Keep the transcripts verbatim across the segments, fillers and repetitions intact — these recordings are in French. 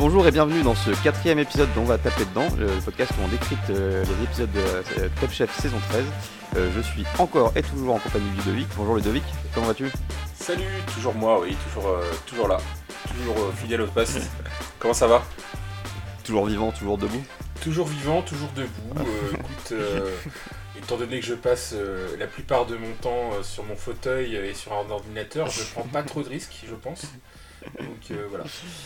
Bonjour et bienvenue dans ce quatrième épisode dont on va taper dedans, le podcast où on décrypte euh, les épisodes de euh, Top Chef saison treize. Euh, je suis encore et toujours en compagnie de Ludovic. Bonjour Ludovic, comment vas-tu ? Salut, toujours moi, oui, toujours, euh, toujours là, toujours euh, fidèle au poste. Comment ça va ? Toujours vivant, toujours debout ? Toujours vivant, toujours debout. Euh, écoute, euh, étant donné que je passe euh, la plupart de mon temps euh, sur mon fauteuil et sur un ordinateur, je prends pas trop de risques, je pense. Donc euh, voilà.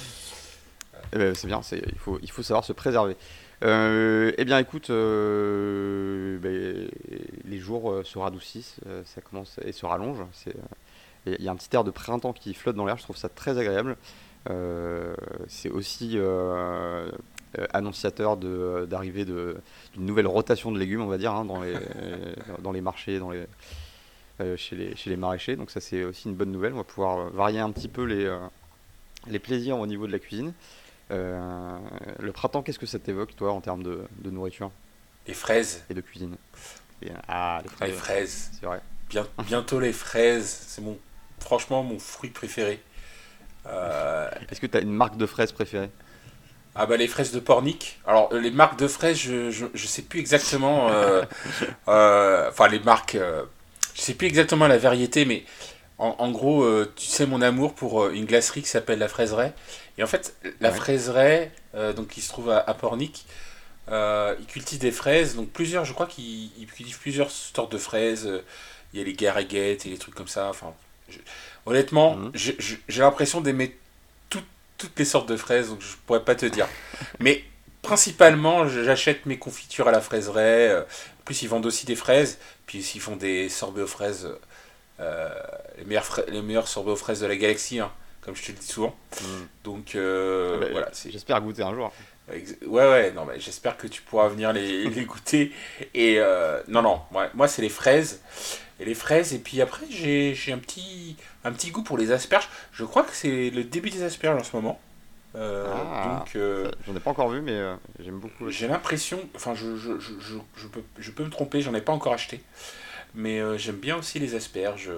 Eh ben, c'est bien, c'est, il, faut, il faut savoir se préserver. Euh, eh bien écoute, euh, ben, les jours euh, se radoucissent, euh, ça commence et se rallongent. C'est, il y a un petit air de printemps qui flotte dans l'air, je trouve ça très agréable. Euh, c'est aussi euh, euh, annonciateur de, d'arrivée de, d'une nouvelle rotation de légumes, on va dire, hein, dans, les, dans les marchés, dans les, euh, chez, les, chez les maraîchers. Donc ça c'est aussi une bonne nouvelle, on va pouvoir varier un petit peu les, euh, les plaisirs au niveau de la cuisine. Euh, le printemps, qu'est-ce que ça t'évoque, toi, en termes de, de nourriture Les fraises. et de cuisine? Et, ah, les fraises. Les fraises. C'est vrai. Bien, bientôt les fraises, c'est mon, franchement mon fruit préféré. Euh, Est-ce que tu as une marque de fraises préférée? Ah bah les fraises de Pornic. Alors les marques de fraises, je je, je sais plus exactement. Euh, euh, enfin les marques, euh, je sais plus exactement la variété, mais en, en gros, euh, tu sais mon amour pour euh, une glacerie qui s'appelle la Fraiseraie. Et en fait, la Ouais. Fraiseraie, euh, donc qui se trouve à, à Pornic, euh, ils cultivent des fraises. Donc plusieurs, je crois qu'ils ils cultivent plusieurs sortes de fraises. Il y a les gariguettes et les trucs comme ça. Enfin, je- honnêtement, Mhm. je- je- j'ai l'impression d'aimer tout- toutes les sortes de fraises, donc je pourrais pas te dire. Mais principalement, je- j'achète mes confitures à la Fraiseraie. euh, En plus, ils vendent aussi des fraises. Puis ils font des sorbets aux fraises, euh, les meilleurs, fra- les meilleurs sorbets aux fraises de la galaxie, hein, comme je te le dis souvent. Mhm. Donc Ah euh, bah, voilà, c'est j'espère goûter un jour. ex- ouais ouais, non mais j'espère que tu pourras venir les, les goûter. Et euh, non non, moi, moi c'est les fraises et les fraises et puis après j'ai j'ai un petit un petit goût pour les asperges. Je crois que c'est le début des asperges en ce moment. Euh, Ah, donc euh, ça, j'en ai pas encore vu, mais euh, j'aime beaucoup. j'ai l'impression, enfin je, je, je, je, je peux, je peux me tromper, j'en ai pas encore acheté, mais euh, j'aime bien aussi les asperges.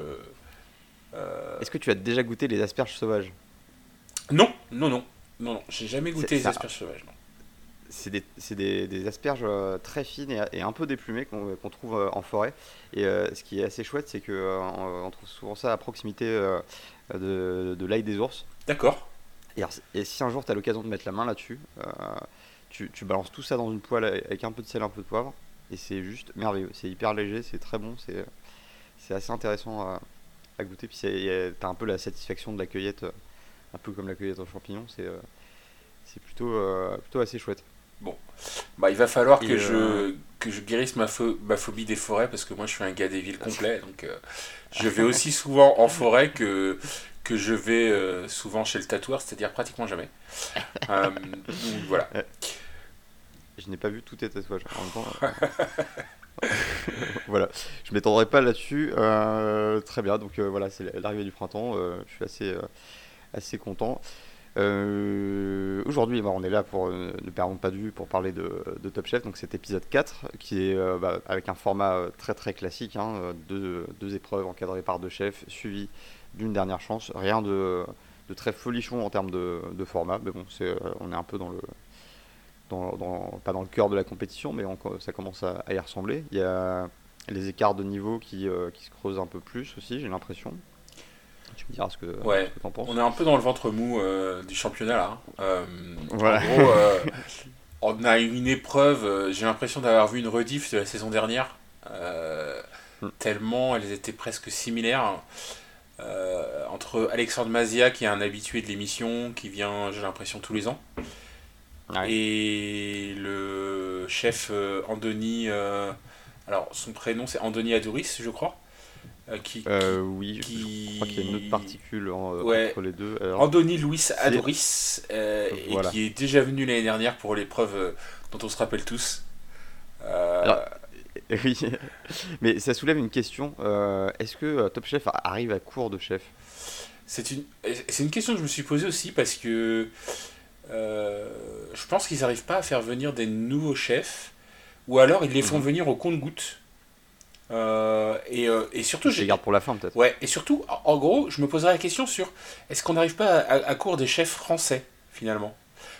euh, Est-ce que tu as déjà goûté les asperges sauvages? Non, non, non, non, non, j'ai jamais C'est, goûté les ça, asperges sauvages, non. c'est des, c'est des, des asperges euh, très fines et, et un peu déplumées qu'on, qu'on trouve euh, en forêt. Et euh, ce qui est assez chouette, c'est qu'on on on trouve souvent ça à proximité euh, de, de l'ail des ours. D'accord. Et, alors, et si un jour tu as l'occasion de mettre la main là-dessus, euh, tu, tu balances tout ça dans une poêle avec un peu de sel, un peu de poivre, et c'est juste merveilleux. C'est hyper léger, c'est très bon, c'est, c'est assez intéressant à, à goûter. Puis c'est- y a- t'as un peu la satisfaction de la cueillette, euh, un peu comme la cueillette aux champignons. C'est, euh, c'est plutôt, euh, plutôt assez chouette. Bon, bah il va falloir Et que euh, je que je guérisse ma, pho- ma phobie des forêts parce que moi je suis un gars des villes complet, donc euh, je vais aussi souvent en forêt que que je vais euh, souvent chez le tatoueur, c'est-à-dire pratiquement jamais. Euh, donc voilà. euh, je n'ai pas vu tous tes tatouages en même temps. euh, Voilà, je m'étendrai pas là-dessus. Euh, très bien, donc euh, voilà, c'est l'arrivée du printemps. Euh, je suis assez, euh, assez content. Euh, aujourd'hui, bah, on est là pour, euh, ne perdons pas de vue, pour parler de, de Top Chef, donc cet épisode quatre, qui est euh, bah, avec un format euh, très très classique, hein, euh, deux, deux épreuves encadrées par deux chefs, suivies d'une dernière chance. Rien de, de très folichon en termes de, de format, mais bon, c'est, euh, on est un peu dans le, dans, dans- pas dans le cœur de la compétition, mais on co- ça commence à, à y ressembler. Il y a les écarts de niveau qui, euh, qui se creusent un peu plus aussi, j'ai l'impression. Tu me diras ce que, Ouais, ce que t'en penses. on est un peu dans le ventre mou euh, du championnat là, hein. Euh, Voilà. En gros, euh, on a eu une épreuve. euh, J'ai l'impression d'avoir vu une rediff de la saison dernière. euh, Mm. Tellement elles étaient presque similaires. Euh, entre Alexandre Mazia, qui est un habitué de l'émission, qui vient, j'ai l'impression, tous les ans, Ouais. et le chef euh, Andoni, euh, alors son prénom c'est Andoni Adouris, je crois, euh, qui, Euh, qui, oui, je, je crois qu'il y a une autre qui... particule en- euh, Ouais, entre les deux. Alors, Andoni Luis c'est. Adouris, euh, et Voilà. qui est déjà venu l'année dernière pour l'épreuve euh, dont on se rappelle tous. Alors, Euh, oui, mais ça soulève une question. euh, est-ce que euh, Top Chef a- arrive à court de chef? c'est une, c'est une question que je me suis posée aussi parce que euh, je pense qu'ils n'arrivent pas à faire venir des nouveaux chefs, ou alors ils les font Mhm. venir au compte-gouttes. Euh, et, euh, et surtout, Je les j'ai, garde pour la fin, peut-être. ouais, et surtout, en en gros, je me poserais la question sur est-ce qu'on n'arrive pas à, à court des chefs français finalement?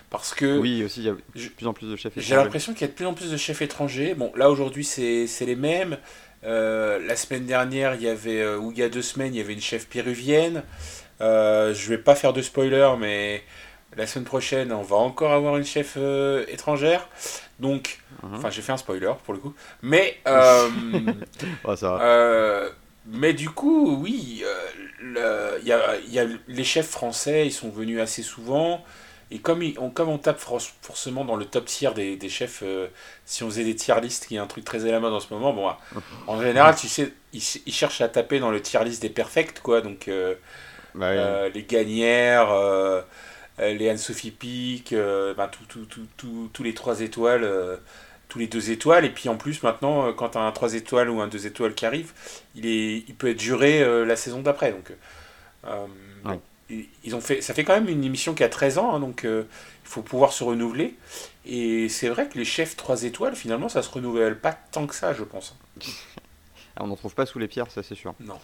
Parce que Oui, aussi, il y a de je- plus en plus de chefs j'ai étrangers. l'impression qu'il y a de plus en plus de chefs étrangers. Bon, là aujourd'hui c'est c'est les mêmes. Euh, la semaine dernière, il y avait, euh, ou il y a deux semaines, il y avait une chef péruvienne. Euh, je vais pas faire de spoiler, mais la semaine prochaine, on va encore avoir une chef euh, étrangère. Donc, Mhm. enfin, j'ai fait un spoiler pour le coup. Mais, euh, Ouais, ça va. euh, mais du coup, oui, euh, le- il y a, il y a les chefs français, ils sont venus assez souvent. Et comme, ils- on, comme on tape for- forcément dans le top tier des, des chefs, euh, si on faisait des tier list, qui est un truc très à la mode en ce moment, bon, en général, tu sais, ils, ils cherchent à taper dans le tier list des perfects, quoi. Donc, euh, Bah, oui. euh, les Gagnères, euh, euh, les Anne-Sophie Pic, euh, ben, tout- tout- tout- tout- tous les trois étoiles, euh, tous les deux étoiles. Et puis en plus, maintenant, euh, quand tu as un trois étoiles ou un deux étoiles qui arrive, il, est, il peut être juré euh, la saison d'après. Donc, euh, bon, Ouais. ils ils ont fait, ça fait quand même une émission qui a treize ans, hein, donc euh, il faut pouvoir se renouveler. Et c'est vrai que les chefs trois étoiles, finalement, ça se renouvelle pas tant que ça, je pense. Ah, on n'en trouve pas sous les pierres, ça c'est sûr. Non.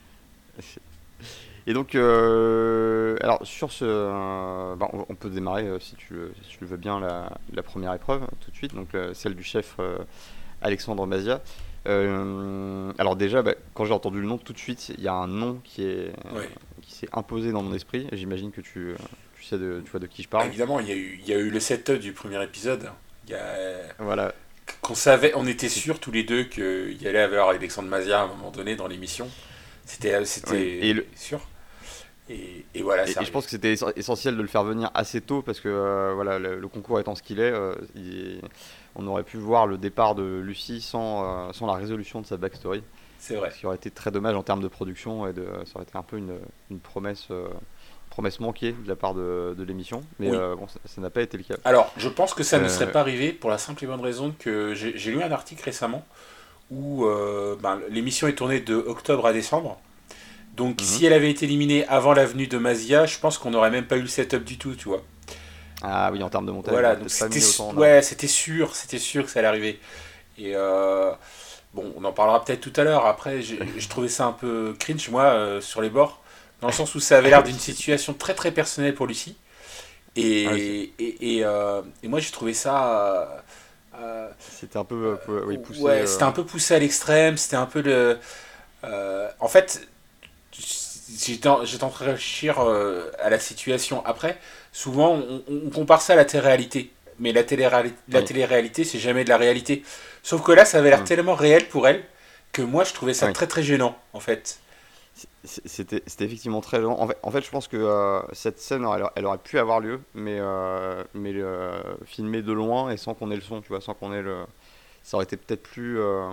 Et donc, euh, alors sur ce, euh, bah, on, on peut démarrer euh, si tu, le- si tu le veux bien la, la première épreuve tout de suite, donc euh, celle du chef euh, Alexandre Mazia. Euh, alors déjà, bah, quand j'ai entendu le nom tout de suite, il y a un nom qui est Ouais. qui s'est imposé dans mon esprit. Et j'imagine que tu, euh, tu sais de, tu vois de qui je Ah, parle. évidemment, il y a eu, il y a eu le setup du premier épisode. Il y a, Voilà, qu'on savait, on était c'est sûrs tous les deux qu'il y allait avoir Alexandre Mazia à un moment donné dans l'émission. C'était, ouais. Et, c'était le- sûr. Et, et voilà, c'est et, et je arrivé. pense que c'était essen- essentiel de le faire venir assez tôt parce que euh, voilà, le, le concours étant ce qu'il est, euh, il- on aurait pu voir le départ de Lucie sans, euh, sans la résolution de sa backstory. C'est vrai. Ce qui aurait été très dommage en termes de production et de, ça aurait été un peu une, une promesse, euh, promesse manquée de la part de, de l'émission. Mais Oui. euh, bon, ça ça n'a pas été le cas. Alors, je pense que ça ne serait Euh, pas arrivé pour la simple et bonne raison que j'ai, j'ai lu un article récemment où euh, ben, l'émission est tournée de octobre à décembre. Donc, mhm. si elle avait été éliminée avant la venue de Mazia, je pense qu'on n'aurait même pas eu le setup du tout, tu vois. Ah oui, en termes de montage, il Voilà, aurait donc peut-être pas c'était, mis su- autant là. ouais, c'était sûr, c'était sûr que ça allait arriver. Et euh, bon, on en parlera peut-être tout à l'heure. Après, j'ai j'ai trouvé ça un peu cringe, moi, euh, sur les bords, dans le sens où ça avait l'air d'une situation très très personnelle pour Lucie. Ah oui, c'est- Et, et, et, euh, et moi, j'ai trouvé ça. euh, euh, c'était un peu euh, pou- oui, poussé. ouais, euh, c'était un peu poussé à l'extrême. C'était un peu le. euh, en fait, j'étais en, j'étais en train de réfléchir euh, à la situation. Après, souvent, on, on compare ça à la télé-réalité. Mais la télé-réalité, la Oui. télé-réalité, c'est jamais de la réalité. Sauf que là, ça avait l'air Mm. tellement réel pour elle que moi, je trouvais ça Oui. très très gênant, en fait. C'est- C'était c'était effectivement très lent. En fait, en fait, je pense que euh, cette scène, elle, elle aurait pu avoir lieu, mais, euh, mais euh, filmée de loin et sans qu'on ait le son, tu vois, sans qu'on ait le. Ça aurait été peut-être plus. euh,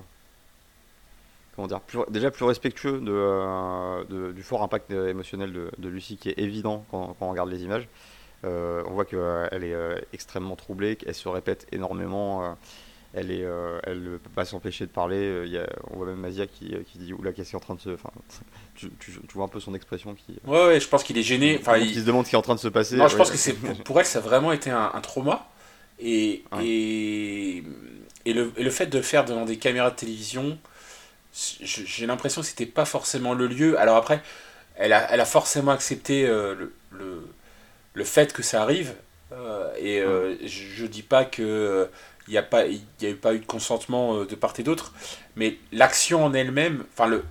comment dire, plus- déjà plus respectueux de, euh, de- du fort impact euh, émotionnel de, de Lucie qui est évident quand, quand on regarde les images. Euh, on voit qu'elle est euh, extrêmement troublée, qu'elle se répète énormément. euh, elle est, euh, elle ne peut pas s'empêcher de parler. euh, il y a- on voit même Mazia qui, qui dit oula, qu'est-ce qui est en train de se. Enfin, tu, tu- tu vois un peu son expression qui, Ouais, ouais, je pense qu'il est gêné. qui, Enfin, qui il- se demande ce qui est en train de se passer. non, je Ouais. pense que c'est pour, pour elle, ça a vraiment été un, un trauma. Et, Ouais. et, et, le, et le fait de le faire devant des caméras de télévision, je- j'ai l'impression que c'était pas forcément le lieu. Alors après, elle a, elle a forcément accepté euh, le, le, le fait que ça arrive. Euh, et Mm. euh, je, je dis pas que euh, il n'y a pas il y a eu pas eu de consentement euh, de part et d'autre, mais l'action en elle-même, enfin le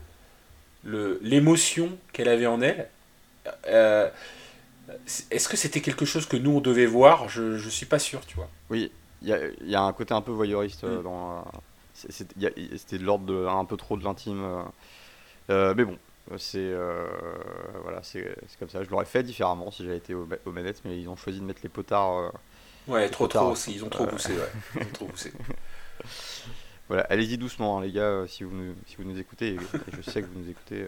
le l'émotion qu'elle avait en elle, euh, est-ce que c'était quelque chose que nous on devait voir? Je je suis pas sûr, tu vois. Oui, il y a, il y a un côté un peu voyeuriste Mm. euh, dans. euh, c'est- c'est- il y a- C'était de l'ordre de un peu trop de l'intime. euh, euh, mais bon, euh, c'est euh, voilà, c'est c'est comme ça. Je l'aurais fait différemment si j'avais été aux, ma- aux manettes, mais ils ont choisi de mettre les potards. euh, Ouais, les trop potards trop, à c'est- fond. ils ont trop Euh, poussé, ouais. Ils ont trop poussé. voilà, allez-y doucement, hein, les gars, euh, si vous nous, si vous nous écoutez, et, et je sais que vous nous écoutez. euh.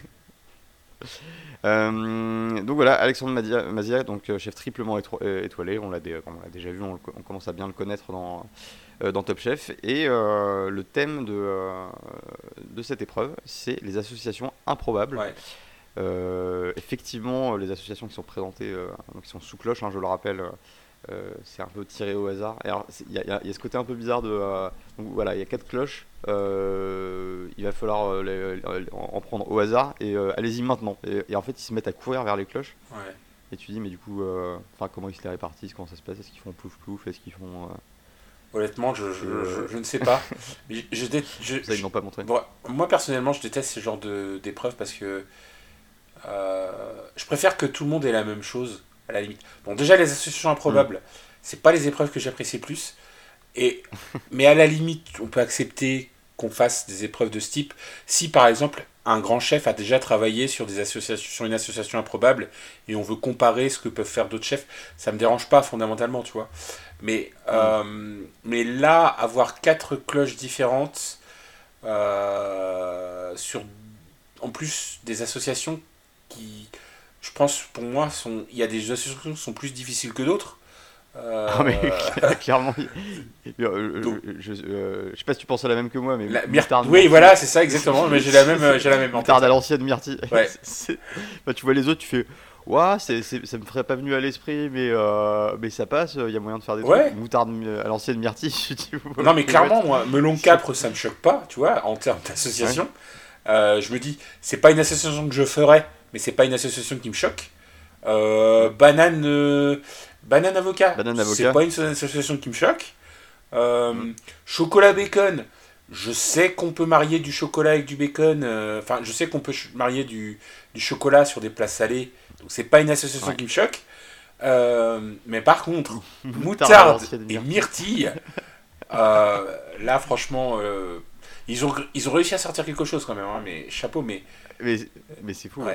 Euh, donc voilà, Alexandre Mazia, Mazia, donc euh, chef triplement étro- euh, étoilé, on l'a dé- on l'a déjà vu, on, le co- on commence à bien le connaître dans, euh, dans Top Chef. Et euh, le thème de, euh, de cette épreuve, c'est les associations improbables. Ouais. Euh, effectivement, les associations qui sont présentées, euh, donc qui sont sous cloche, hein, je le rappelle, euh, euh, c'est un peu tiré au hasard. Et alors, c'est- Il y, a- il y a il y a ce côté un peu bizarre de. euh, donc voilà, il y a quatre cloches. euh, il va falloir euh, les- les- en en prendre au hasard et euh, allez-y maintenant. Et, et en fait, ils se mettent à courir vers les cloches. Ouais. et tu dis, mais du coup, euh, enfin, comment ils se les répartissent, comment ça se passe, est-ce qu'ils font plouf plouf, est-ce qu'ils font. euh, Honnêtement, je, et, je, je, euh, je ne sais pas. Mais je, je, dé- je- Ça, ils je- n'ont pas montré. bon, moi, personnellement, je déteste ce genre de, d'épreuves parce que euh, je préfère que tout le monde ait la même chose, à la limite. Bon, déjà, les associations Hmm. improbables, c'est pas les épreuves que j'apprécie le plus. Et, mais à la limite, on peut accepter qu'on fasse des épreuves de ce type si, par exemple, un grand chef a déjà travaillé sur, des associations, sur une association improbable et on veut comparer ce que peuvent faire d'autres chefs. Ça me dérange pas fondamentalement, tu vois. Mais, Hmm. euh, mais là, avoir quatre cloches différentes euh, sur, en plus des associations qui, je pense, pour moi, sont, il y a des associations qui sont plus difficiles que d'autres. Ah, mais Euh, clairement, il- euh, donc, euh, je, euh, je sais pas si tu penses à la même que moi, mais la, myr- moutarde oui, myrtille. voilà, c'est ça exactement. Mais j'ai la même, euh, j'ai la même en tête. Moutarde à Ouais. l'ancienne myrtille. Ouais. C'est- c'est- bah, tu vois les autres, tu fais. Ouah, c'est, c'est- ça me ferait pas venu à l'esprit, mais, euh, mais ça passe, il y a moyen de faire des trucs. Ouais. Moutarde à l'ancienne myrtille, je dis, Non, mais what? clairement, moi, melon capre, ça me choque pas, tu vois, en termes Ouais. d'association. Euh, je me dis, c'est pas une association que je ferais, mais c'est pas une association qui me choque. Euh, Mm. banane, euh, banane avocat, Banane c'est avocat. pas une association qui me choque. Euh, Mm. chocolat bacon, je sais qu'on peut marier du chocolat avec du bacon. euh, Enfin, je sais qu'on peut ch- marier du, du chocolat sur des plats salés. Donc, c'est pas une association Ouais. qui me choque. Euh, mais par contre, Moutarde à moutarde l'ancienne et myrtille. myrtille, euh, là, franchement, euh, ils, ont, ils ont réussi à sortir quelque chose quand même. Hein, mais chapeau, mais Mais, mais c'est fou, ouais. ouais.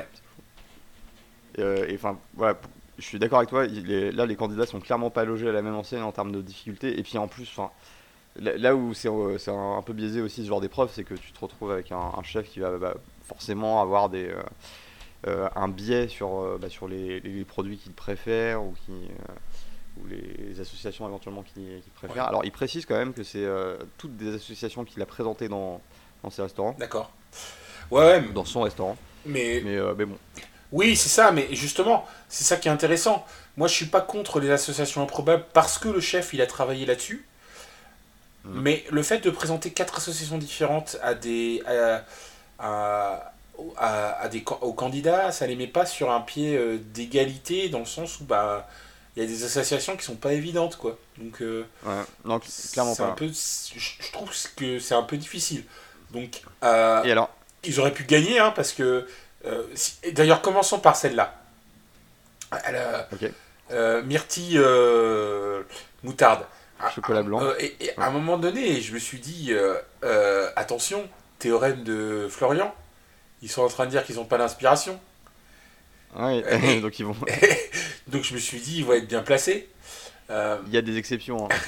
Euh, et enfin, voilà, p- je suis d'accord avec toi. il est- là, les candidats sont clairement pas logés à la même enseigne en termes de difficulté. Et puis en plus, enfin, là, là où c'est euh, c'est un, un peu biaisé aussi ce genre d'épreuve, c'est que tu te retrouves avec un, un chef qui va bah, forcément avoir des, euh, euh, un biais sur, euh, bah, sur les, les produits qu'il préfère ou, qui, euh, ou les associations éventuellement qu'il qu'il préfère. Ouais, Alors, il précise quand même que c'est euh, toutes des associations qu'il a présentées dans, dans ses restaurants, d'accord. Ouais, ouais, dans son restaurant. mais Mais, euh, mais bon. oui, c'est ça, mais justement, c'est ça qui est intéressant. Moi, je suis pas contre les associations improbables parce que le chef, il a travaillé là-dessus. Mm. Mais le fait de présenter quatre associations différentes à des, à, à, à- à des, can- aux candidats, ça les met pas sur un pied euh, d'égalité dans le sens où bah il y a des associations qui sont pas évidentes quoi. Donc euh, Ouais, non, cl- clairement c'est un pas. peu, je je trouve que c'est un peu difficile. Donc euh, Et alors, ils auraient pu gagner hein, parce que euh, si- et d'ailleurs commençons par celle-là. Elle a- ok, euh, myrtille euh, moutarde. À, chocolat blanc. euh, et, et à Ouais. un moment donné, je me suis dit, euh, euh, attention, théorème de Florian, ils sont en train de dire qu'ils n'ont pas d'inspiration. Ouais, Et, donc ils vont. donc je me suis dit, ils vont être bien placés. Euh, Il y a des exceptions, hein.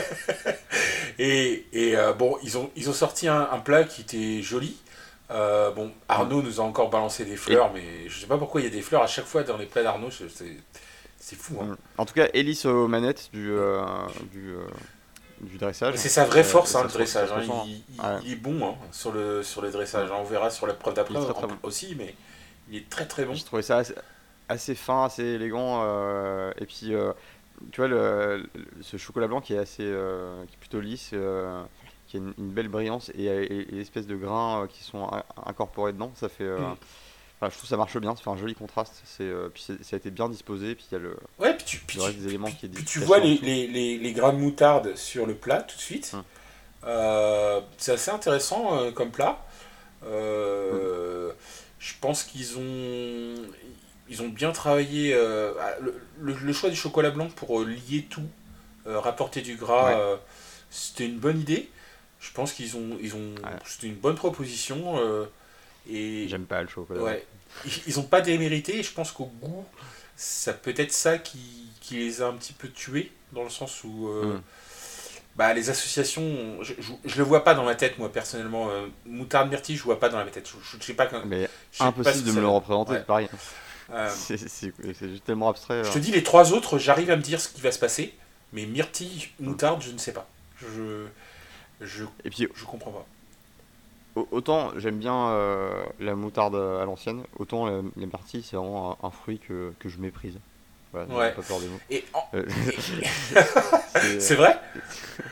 et et euh, bon, ils ont, ils ont sorti un, un plat qui était joli. Euh, bon, Mm. Arnaud nous a encore balancé des Et, fleurs, mais je sais pas pourquoi il y a des fleurs à chaque fois dans les plats d'Arnaud. je- C'est c'est fou, hein. mm. En tout cas, Ellis aux manettes du, euh, du, euh, du dressage. C'est sa vraie Euh, force, et hein, ça le se, re- ça dressage. se Hein. ressent. Il, il- Ouais. il est bon hein, sur, le, sur le dressage. Mm. Hein. On verra sur la preuve Il d'après est très en- très bon. aussi, mais il est très très bon. J'ai trouvé ça assez, assez fin, assez élégant. euh, et puis, euh, tu vois, le, le- ce chocolat blanc qui est assez, euh, qui est plutôt lisse, euh, qui a une, une belle brillance et, et, et l'espèce de grains euh, qui sont in- incorporés dedans, ça fait. euh, Mm. enfin, je trouve que ça marche bien, ça fait un joli contraste. C'est, euh, puis c'est- ça a été bien disposé, puis il y a le, Ouais, puis tu, puis le tu, reste des éléments puis, qui est puis dit- tu caché vois en les, dessous. les, les, les grains de moutarde sur le plat tout de suite. Mm. Euh, c'est assez intéressant euh, comme plat. Mm. Euh, je pense qu'ils ont, ils ont bien travaillé euh, le, le- le choix du chocolat blanc pour euh, lier tout, euh, rapporter du gras. Ouais. euh, c'était une bonne idée. Je pense qu'ils ont, ils ont, Ouais. c'était une bonne proposition. euh, et J'aime pas le chocolat blanc. ouais, ils ils ont pas démérité. Et je pense qu'au goût, ça peut être ça qui, qui les a un petit peu tués dans le sens où euh, Mm. bah, les associations, je, je, je le vois pas dans ma tête moi personnellement. Euh, moutarde myrtille, je vois pas dans la tête. Je, je, je sais pas quand, Mais je sais pas ce impossible que de ça me le donne. représenter, Ouais. c'est pareil. Euh, C'est c'est- c'est juste tellement abstrait. je euh. te dis les trois autres, j'arrive à me dire ce qui va se passer, mais myrtille, Mm. moutarde, je ne sais pas. Je je, Et puis, je comprends pas. au- autant j'aime bien euh, la moutarde à l'ancienne, autant la, la myrtille, c'est vraiment un, un fruit que, que je méprise. Voilà, j'ai Ouais. pas peur des mots. Et, en- Euh, et- c'est c'est vrai.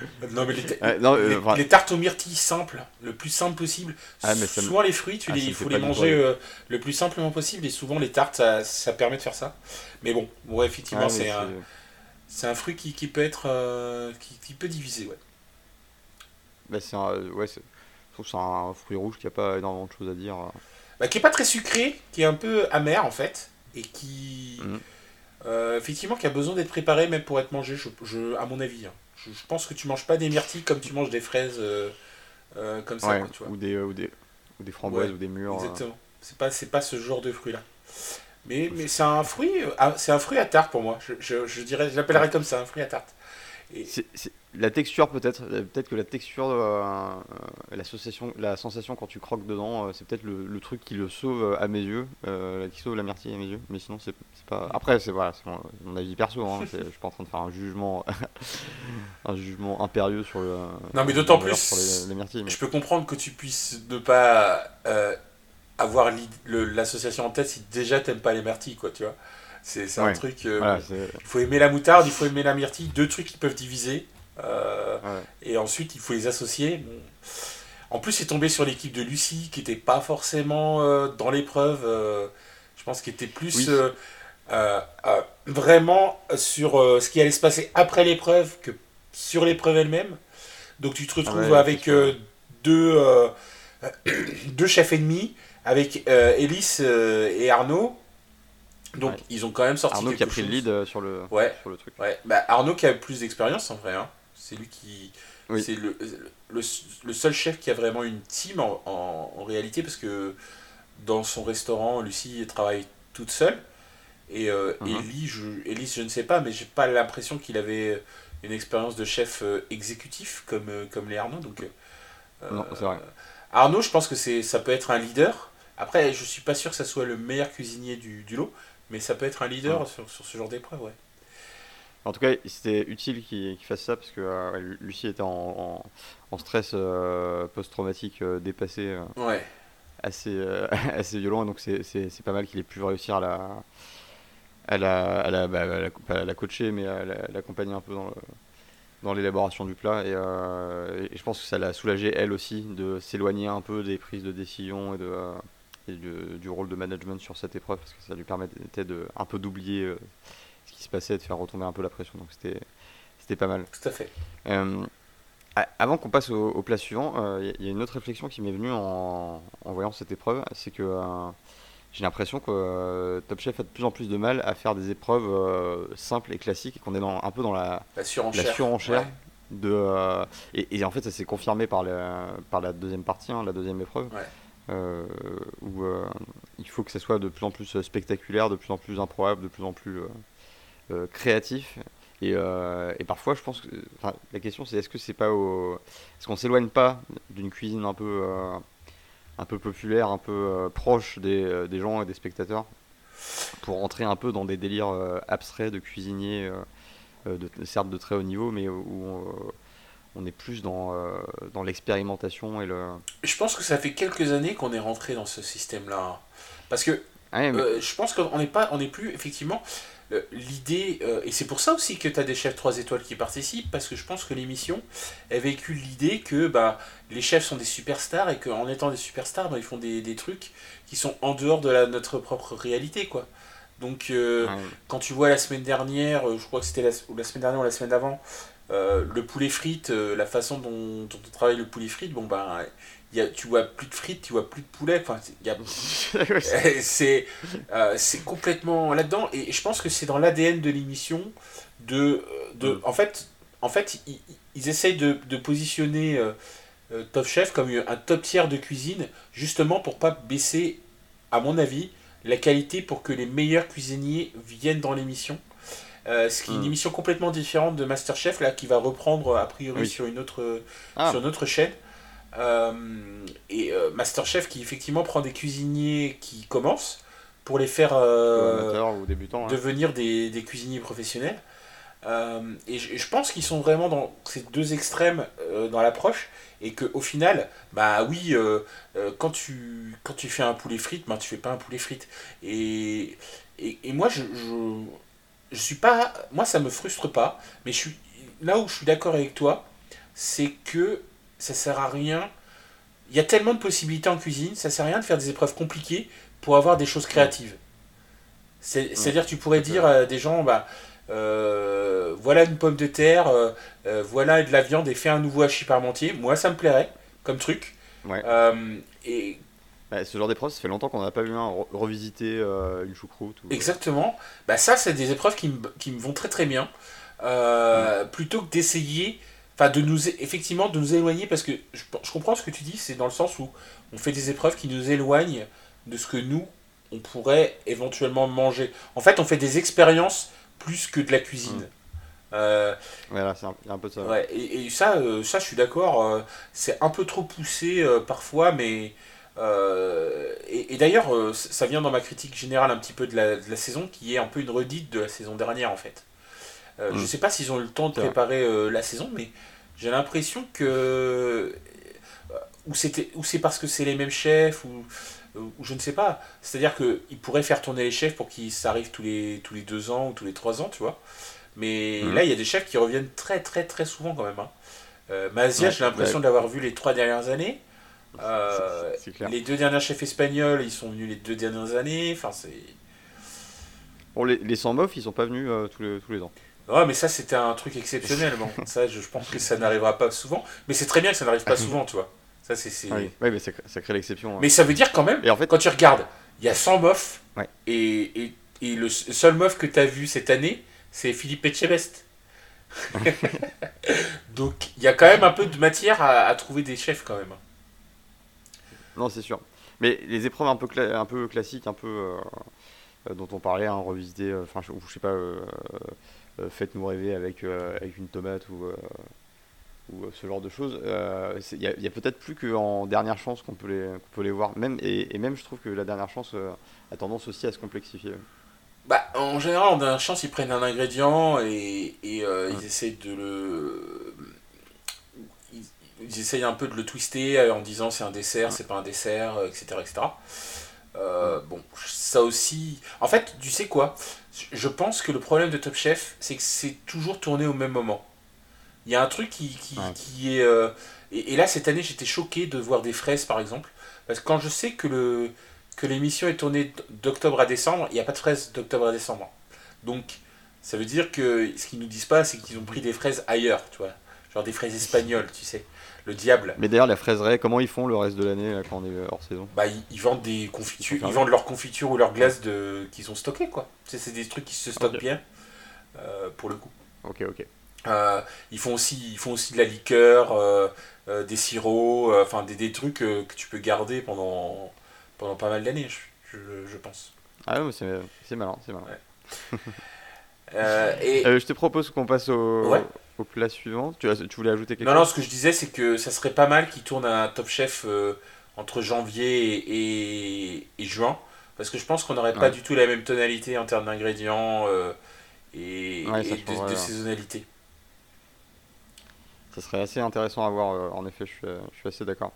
Non, mais les, ta- Ouais, non, les, euh, enfin, les tartes aux myrtilles simples, le plus simple possible. ah, mais ça me, Souvent, les fruits, tu ah, les, ça il me fait faut pas les du tout manger rêver. euh, le plus simplement possible. Et souvent, les tartes, ça, ça permet de faire ça. Mais bon, ouais, effectivement, Ouais, mais c'est c'est. un, c'est un fruit qui, qui peut être. euh, qui, qui peut diviser, ouais. Bah, c'est un, ouais, c'est- je trouve que c'est un fruit rouge qui a pas énormément de choses à dire. Bah, qui est pas très sucré, qui est un peu amer, en fait. Et qui. Mhm. euh, effectivement, qui a besoin d'être préparé, même pour être mangé, je, je- à mon avis. Hein. Je, je pense que tu manges pas des myrtilles comme tu manges des fraises euh, euh, comme ça, Ouais, quoi, tu vois. ou des, euh, ou des, ou des framboises Ouais, ou des mûres. euh. exactement. C'est pas, c'est pas ce genre de fruit-là. Mais, mais c'est un fruit, euh, ah, c'est un fruit à tarte pour moi. Je, je, je dirais, je Ouais. l'appellerais comme ça, un fruit à tarte. Et C'est, c'est- La texture peut-être, euh, peut-être que la texture, euh, euh, l'association, la sensation quand tu croques dedans, euh, c'est peut-être le, le truc qui le sauve euh, à mes yeux, euh, qui sauve la myrtille à mes yeux. Mais sinon c'est, c'est pas. Après c'est voilà, c'est mon, mon avis perso. Hein, c'est- je suis pas en train de faire un jugement, un jugement impérieux sur le, non, mais ma d'autant valeur sur les, plus, les myrtilles. Mais je peux comprendre que tu puisses ne pas euh, avoir l'id- le- l'association en tête si déjà t'aimes pas les myrtilles, quoi, tu vois. C'est, c'est un ouais, truc. euh, voilà, bon, c'est, il faut aimer la moutarde, il faut aimer la myrtille, deux trucs qui peuvent diviser. euh, ouais. et ensuite, il faut les associer. Bon. En plus, c'est tombé sur l'équipe de Lucie qui était pas forcément euh, dans l'épreuve. euh, je pense qu'elle était plus Oui, euh, euh, euh, vraiment sur euh, ce qui allait se passer après l'épreuve que sur l'épreuve elle-même. Donc tu te ah retrouves ouais, c'est avec sûr. Ouais. euh, deux, euh, deux chefs ennemis, avec euh, Elise euh, et Arnaud. Donc Ouais. ils ont quand même sorti Arnaud qui a quelque pris le lead chose. euh, sur le, Ouais, sur le truc. ouais. Bah, Arnaud qui a plus d'expérience en vrai. Hein. C'est lui qui. Oui. C'est le, le, le seul chef qui a vraiment une team en, en, en réalité parce que dans son restaurant, Lucie travaille toute seule. Et euh, Mhm. Ellie, je, Elise, je ne sais pas, mais j'ai pas l'impression qu'il avait une expérience de chef euh, exécutif comme, euh, comme les Arnaud. Donc, euh, Non, c'est vrai. Arnaud, je pense que c'est, ça peut être un leader. Après, je suis pas sûr que ça soit le meilleur cuisinier du, du lot, mais ça peut être un Mhm. leader sur, sur ce genre d'épreuve, ouais. En tout cas, c'était utile qu'il qu'il fasse ça parce que euh, ouais, Lu- Lucie était en, en- en stress euh, post-traumatique euh, dépassé euh, Ouais, assez, euh, assez violent. Et donc, c'est c'est- c'est pas mal qu'il ait pu réussir à la, à la, à la, bah, à la, pas à la coacher, mais à la- l'accompagner un peu dans le- dans l'élaboration du plat. Et, euh, et je pense que ça l'a soulagé elle aussi de s'éloigner un peu des prises de décision et, de, euh, et du, du rôle de management sur cette épreuve parce que ça lui permettait de un peu d'oublier euh, ce qui se passait et de faire retomber un peu la pression. Donc c'était c'était pas mal. tout à fait. Euh, a- Avant qu'on passe au, au plat suivant, il euh, y, y a une autre réflexion qui m'est venue en, en voyant cette épreuve, c'est que euh, j'ai l'impression que euh, Top Chef a de plus en plus de mal à faire des épreuves euh, simples et classiques et qu'on est dans, un peu dans la, La la surenchère, surenchère ouais. de euh, et, et en fait ça s'est confirmé par la, par la deuxième partie, hein, la deuxième épreuve, Ouais. euh, où euh, il faut que ça soit de plus en plus spectaculaire, de plus en plus improbable, de plus en plus euh, euh, créatif. Et, euh, et parfois, je pense que enfin, la question c'est est-ce que c'est pas au, est-ce qu'on s'éloigne pas d'une cuisine un peu euh, un peu populaire, un peu euh, proche des, euh, des gens et des spectateurs, pour entrer un peu dans des délires euh, abstraits de cuisiniers, euh, euh, de, certes de très haut niveau, mais où on, euh, on est plus dans, euh, dans l'expérimentation et le. Je pense que ça fait quelques années qu'on est rentré dans ce système-là. Hein. Parce que Ah ouais, mais euh, je pense qu'on n'est pas, on n'est plus effectivement euh, l'idée euh, et c'est pour ça aussi que tu as des chefs trois étoiles qui participent parce que je pense que l'émission elle véhicule l'idée que bah les chefs sont des superstars et qu'en étant des superstars bah, ils font des, des trucs qui sont en dehors de la, notre propre réalité quoi. Donc euh, ouais, quand tu vois la semaine dernière, euh, je crois que c'était la, ou la semaine dernière ou la semaine d'avant, euh, le poulet frites, euh, la façon dont, dont on travaille le poulet frites, bon bah il y a, tu vois plus de frites, tu vois plus de poulet, enfin il y a c'est euh, c'est complètement là-dedans et je pense que c'est dans l'A D N de l'émission de, de Mm. en fait en fait ils, ils essayent de, de positionner euh, euh, Top Chef comme un top tiers de cuisine justement pour pas baisser à mon avis la qualité pour que les meilleurs cuisiniers viennent dans l'émission. Euh, ce qui est une Mm. émission complètement différente de MasterChef là qui va reprendre a priori Oui. sur une autre sur Ah, une autre chaîne. Euh, et euh, MasterChef qui effectivement prend des cuisiniers qui commencent pour les faire plutôt euh, amateur ou débutant. Ouais. devenir des, des cuisiniers professionnels. Euh, et je, je pense qu'ils sont vraiment dans ces deux extrêmes euh, dans l'approche et qu'au final, bah oui, euh, euh, quand, tu, quand tu fais un poulet frite, bah, tu fais pas un poulet frite. Et, et, et moi, je, je, je suis pas. Moi, ça me frustre pas, mais je suis là où je suis d'accord avec toi. c'est que ça sert à rien. Il y a tellement de possibilités en cuisine, ça sert à rien de faire des épreuves compliquées pour avoir des choses Ouais. créatives. C'est, Ouais. c'est-à-dire, tu pourrais C'est dire vrai. à des gens, bah, euh, voilà une pomme de terre, euh, euh, voilà de la viande et fais un nouveau hachis parmentier. Moi, ça me plairait comme truc. Ouais. Euh, et Bah, ce genre d'épreuve, ça fait longtemps qu'on n'a pas vu un re- revisiter euh, une choucroute ou. euh, exactement, bah ça, c'est des épreuves qui me, qui me vont très très bien. hmm. Euh, plutôt que d'essayer, enfin, de nous, é- effectivement, de nous éloigner, parce que je, je comprends ce que tu dis, c'est dans le sens où on fait des épreuves qui nous éloignent de ce que nous, on pourrait éventuellement manger. En fait, on fait des expériences plus que de la Hmm. cuisine. Euh, Voilà, c'est un, il y a un peu de ça. Ouais. ouais, et, et ça, euh, ça, je suis d'accord, euh, c'est un peu trop poussé euh, parfois, mais. euh, et, et d'ailleurs, euh, ça vient dans ma critique générale un petit peu de la, de la saison, qui est un peu une redite de la saison dernière en fait. Euh, je Hmm. sais pas s'ils ont eu le temps de C'est vrai. préparer euh, la saison, mais j'ai l'impression que. euh, Ou, c'était, ou c'est parce que c'est les mêmes chefs, ou, ou je ne sais pas. C'est-à-dire qu'ils pourraient faire tourner les chefs pour qu'ils s'arrivent tous les, tous les deux ans ou tous les trois ans, tu vois. Mais Hmm. là, il y a des chefs qui reviennent très très très souvent quand même. Hein. Euh, Mazia, Ouais. j'ai Bah, l'impression de l'avoir vu les trois dernières années. c'est c'est- Euh, c'est clair. les deux derniers chefs espagnols, ils sont venus les deux dernières années. Enfin, c'est. Bon, les, les sans mof, ils sont pas venus euh, tous, les, tous les ans. Ouais, mais ça, c'était un truc exceptionnel. Bon, ça, je, je pense que ça n'arrivera pas souvent. Mais c'est très bien que ça n'arrive pas souvent, tu vois. Ça, c'est. Ah c'est... oui, ouais, mais ça, crée ça crée l'exception. Ouais. Mais ça veut dire quand même, Et en fait, quand tu regardes, il y a cent mofs, ouais. et, et, et le seul mof que tu as vu cette année, c'est Philippe Etchebest. Donc, il y a quand même un peu de matière à, à trouver des chefs quand même. Non, c'est sûr. Mais les épreuves un peu, cla- un peu classiques, un peu euh, euh, dont on parlait, hein, revisiter, euh, enfin, je, ou je sais pas, euh, euh, faites-nous rêver avec, euh, avec une tomate ou, euh, ou euh, ce genre de choses. euh, c'est- Il y a, il y a peut-être plus qu'en dernière chance qu'on peut les, qu'on peut les voir. Même, et, et même, je trouve que la dernière chance euh, a tendance aussi à se complexifier. Bah, en général, on a une chance, ils prennent un ingrédient et, et euh, Mm. ils essayent de le. Ils, ils essayent un peu de le twister euh, en disant c'est un dessert, Mm. c'est pas un dessert, euh, et cetera et cetera. Mm. Euh, bon, ça aussi. En fait, tu sais quoi? Je pense que le problème de Top Chef, c'est que c'est toujours tourné au même moment. Il y a un truc qui, qui, Ouais. qui est. euh, Et, et là, cette année, j'étais choqué de voir des fraises, par exemple. Parce que quand je sais que, le, que l'émission est tournée d'octobre à décembre, il n'y a pas de fraises d'octobre à décembre. Donc, ça veut dire que ce qu'ils nous disent pas, c'est qu'ils ont pris des fraises ailleurs, tu vois. Genre des fraises espagnoles, tu sais. Le diable. Mais d'ailleurs, la fraiserie, comment ils font le reste de l'année là, quand on est euh, hors saison? Bah, ils, ils vendent des Ils sont confitures, ils fermés? vendent leurs confitures ou leurs Ouais. glaces de, qu'ils ont stockées, quoi. Tu sais, c'est des trucs qui se Ok. stockent bien, euh, pour le coup. Ok, ok. Euh, ils, font aussi, ils font aussi de la liqueur, euh, euh, des sirops, euh, enfin des, des trucs euh, que tu peux garder pendant, pendant pas mal d'années, je, je, je pense. Ah non, mais c'est c'est malin, c'est malin. Ouais. Euh, et Euh, je te propose qu'on passe ouais. au, au plat suivant. Tu, as- tu voulais ajouter quelque Non, non, chose? ce que je disais, c'est que ça serait pas mal qu'ils tournent un Top Chef euh, entre janvier et, et, et juin, parce que je pense qu'on n'aurait pas Ouais. du tout la même tonalité en termes d'ingrédients euh, Ouais, et, ça et de, changerait. de euh, saisonnalité. Ça serait assez intéressant à voir, euh, en effet, je suis, euh, je suis assez d'accord.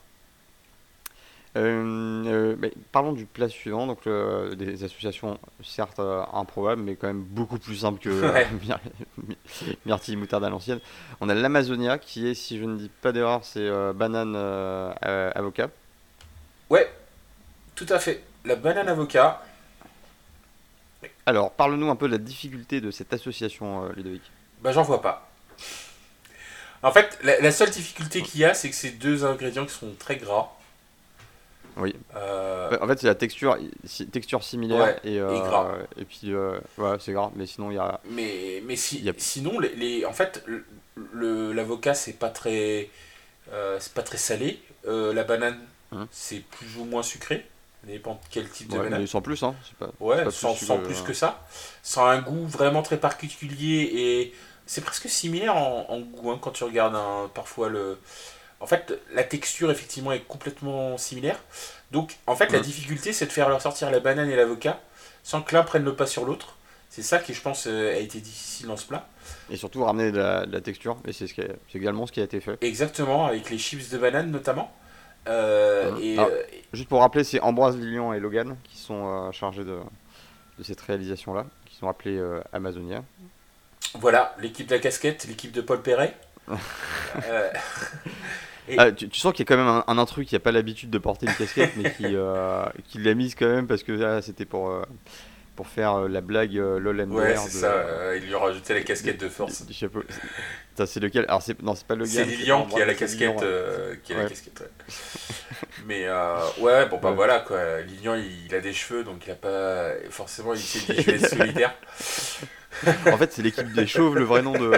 Euh, euh, mais parlons du plat suivant, donc euh, des associations certes euh, improbables, mais quand même beaucoup plus simples que euh, Ouais. myr- myrtille moutarde à l'ancienne. On a l'Amazonia qui est, si je ne dis pas d'erreur, c'est euh, banane euh, euh, avocat. Ouais, tout à fait. La banane avocat, Alors, parle-nous un peu de la difficulté de cette association, euh, Ludovic. bah j'en vois pas. En fait, la, la seule difficulté qu'il y a, c'est que c'est deux ingrédients qui sont très gras. Oui. Euh, Ouais, en fait, c'est la texture, si- texture similaire ouais, et, et gras. euh, et puis euh, ouais, c'est grave, mais sinon il y a, Mais, mais il si, y a, sinon, les, les- en fait, le- le- l'avocat, c'est pas très, euh, c'est pas très salé. Euh, la banane, hein, c'est plus ou moins sucré. Ça dépend de quel type de ouais, banane. mais sans plus, hein, c'est pas, c'est Ouais, pas sans, plus sans que. plus que ça. Sans un goût vraiment très particulier. Et c'est presque similaire en, en goût hein, quand tu regardes un- parfois le. En fait, la texture, effectivement, est complètement similaire. Donc, en fait, la Hein. difficulté, c'est de faire leur sortir la banane et l'avocat sans que l'un prenne le pas sur l'autre. C'est ça qui, je pense, euh, a été difficile dans ce plat. Et surtout ramener de la, de la texture, et c'est ce qui a- c'est également ce qui a été fait. Exactement, avec les chips de banane notamment. Euh, Hein. et, Alors, euh, juste pour rappeler, c'est Ambroise Lilian et Logan qui sont euh, chargés de, de cette réalisation-là, qui sont appelés euh, Amazonia. voilà, l'équipe de la casquette, l'équipe de Paul Perret. Euh, et Ah, tu, tu sens qu'il y a quand même un, un intrus qui a pas l'habitude de porter une casquette, mais qui, euh, qui l'a mise quand même parce que ah, c'était pour, euh, pour faire euh, la blague euh, LOL and ouais, Bear c'est de, ça. euh, euh, il lui a rajouté la de- casquette de du, force. du chapeau. C'est ça, c'est lequel? Alors, c'est, non, c'est pas C'est Logan, c'est pas Lilian qui a Ambra, la c'est Lilian. casquette, Ouais. euh, qui a la Ouais, casquette. Ouais. Mais euh, ouais, bon bah ouais. voilà quoi. Lilian, il, il a des cheveux, donc il a pas forcément. Il s'est dit, je vais être solitaire. En fait, c'est l'équipe des chauves, le vrai nom de.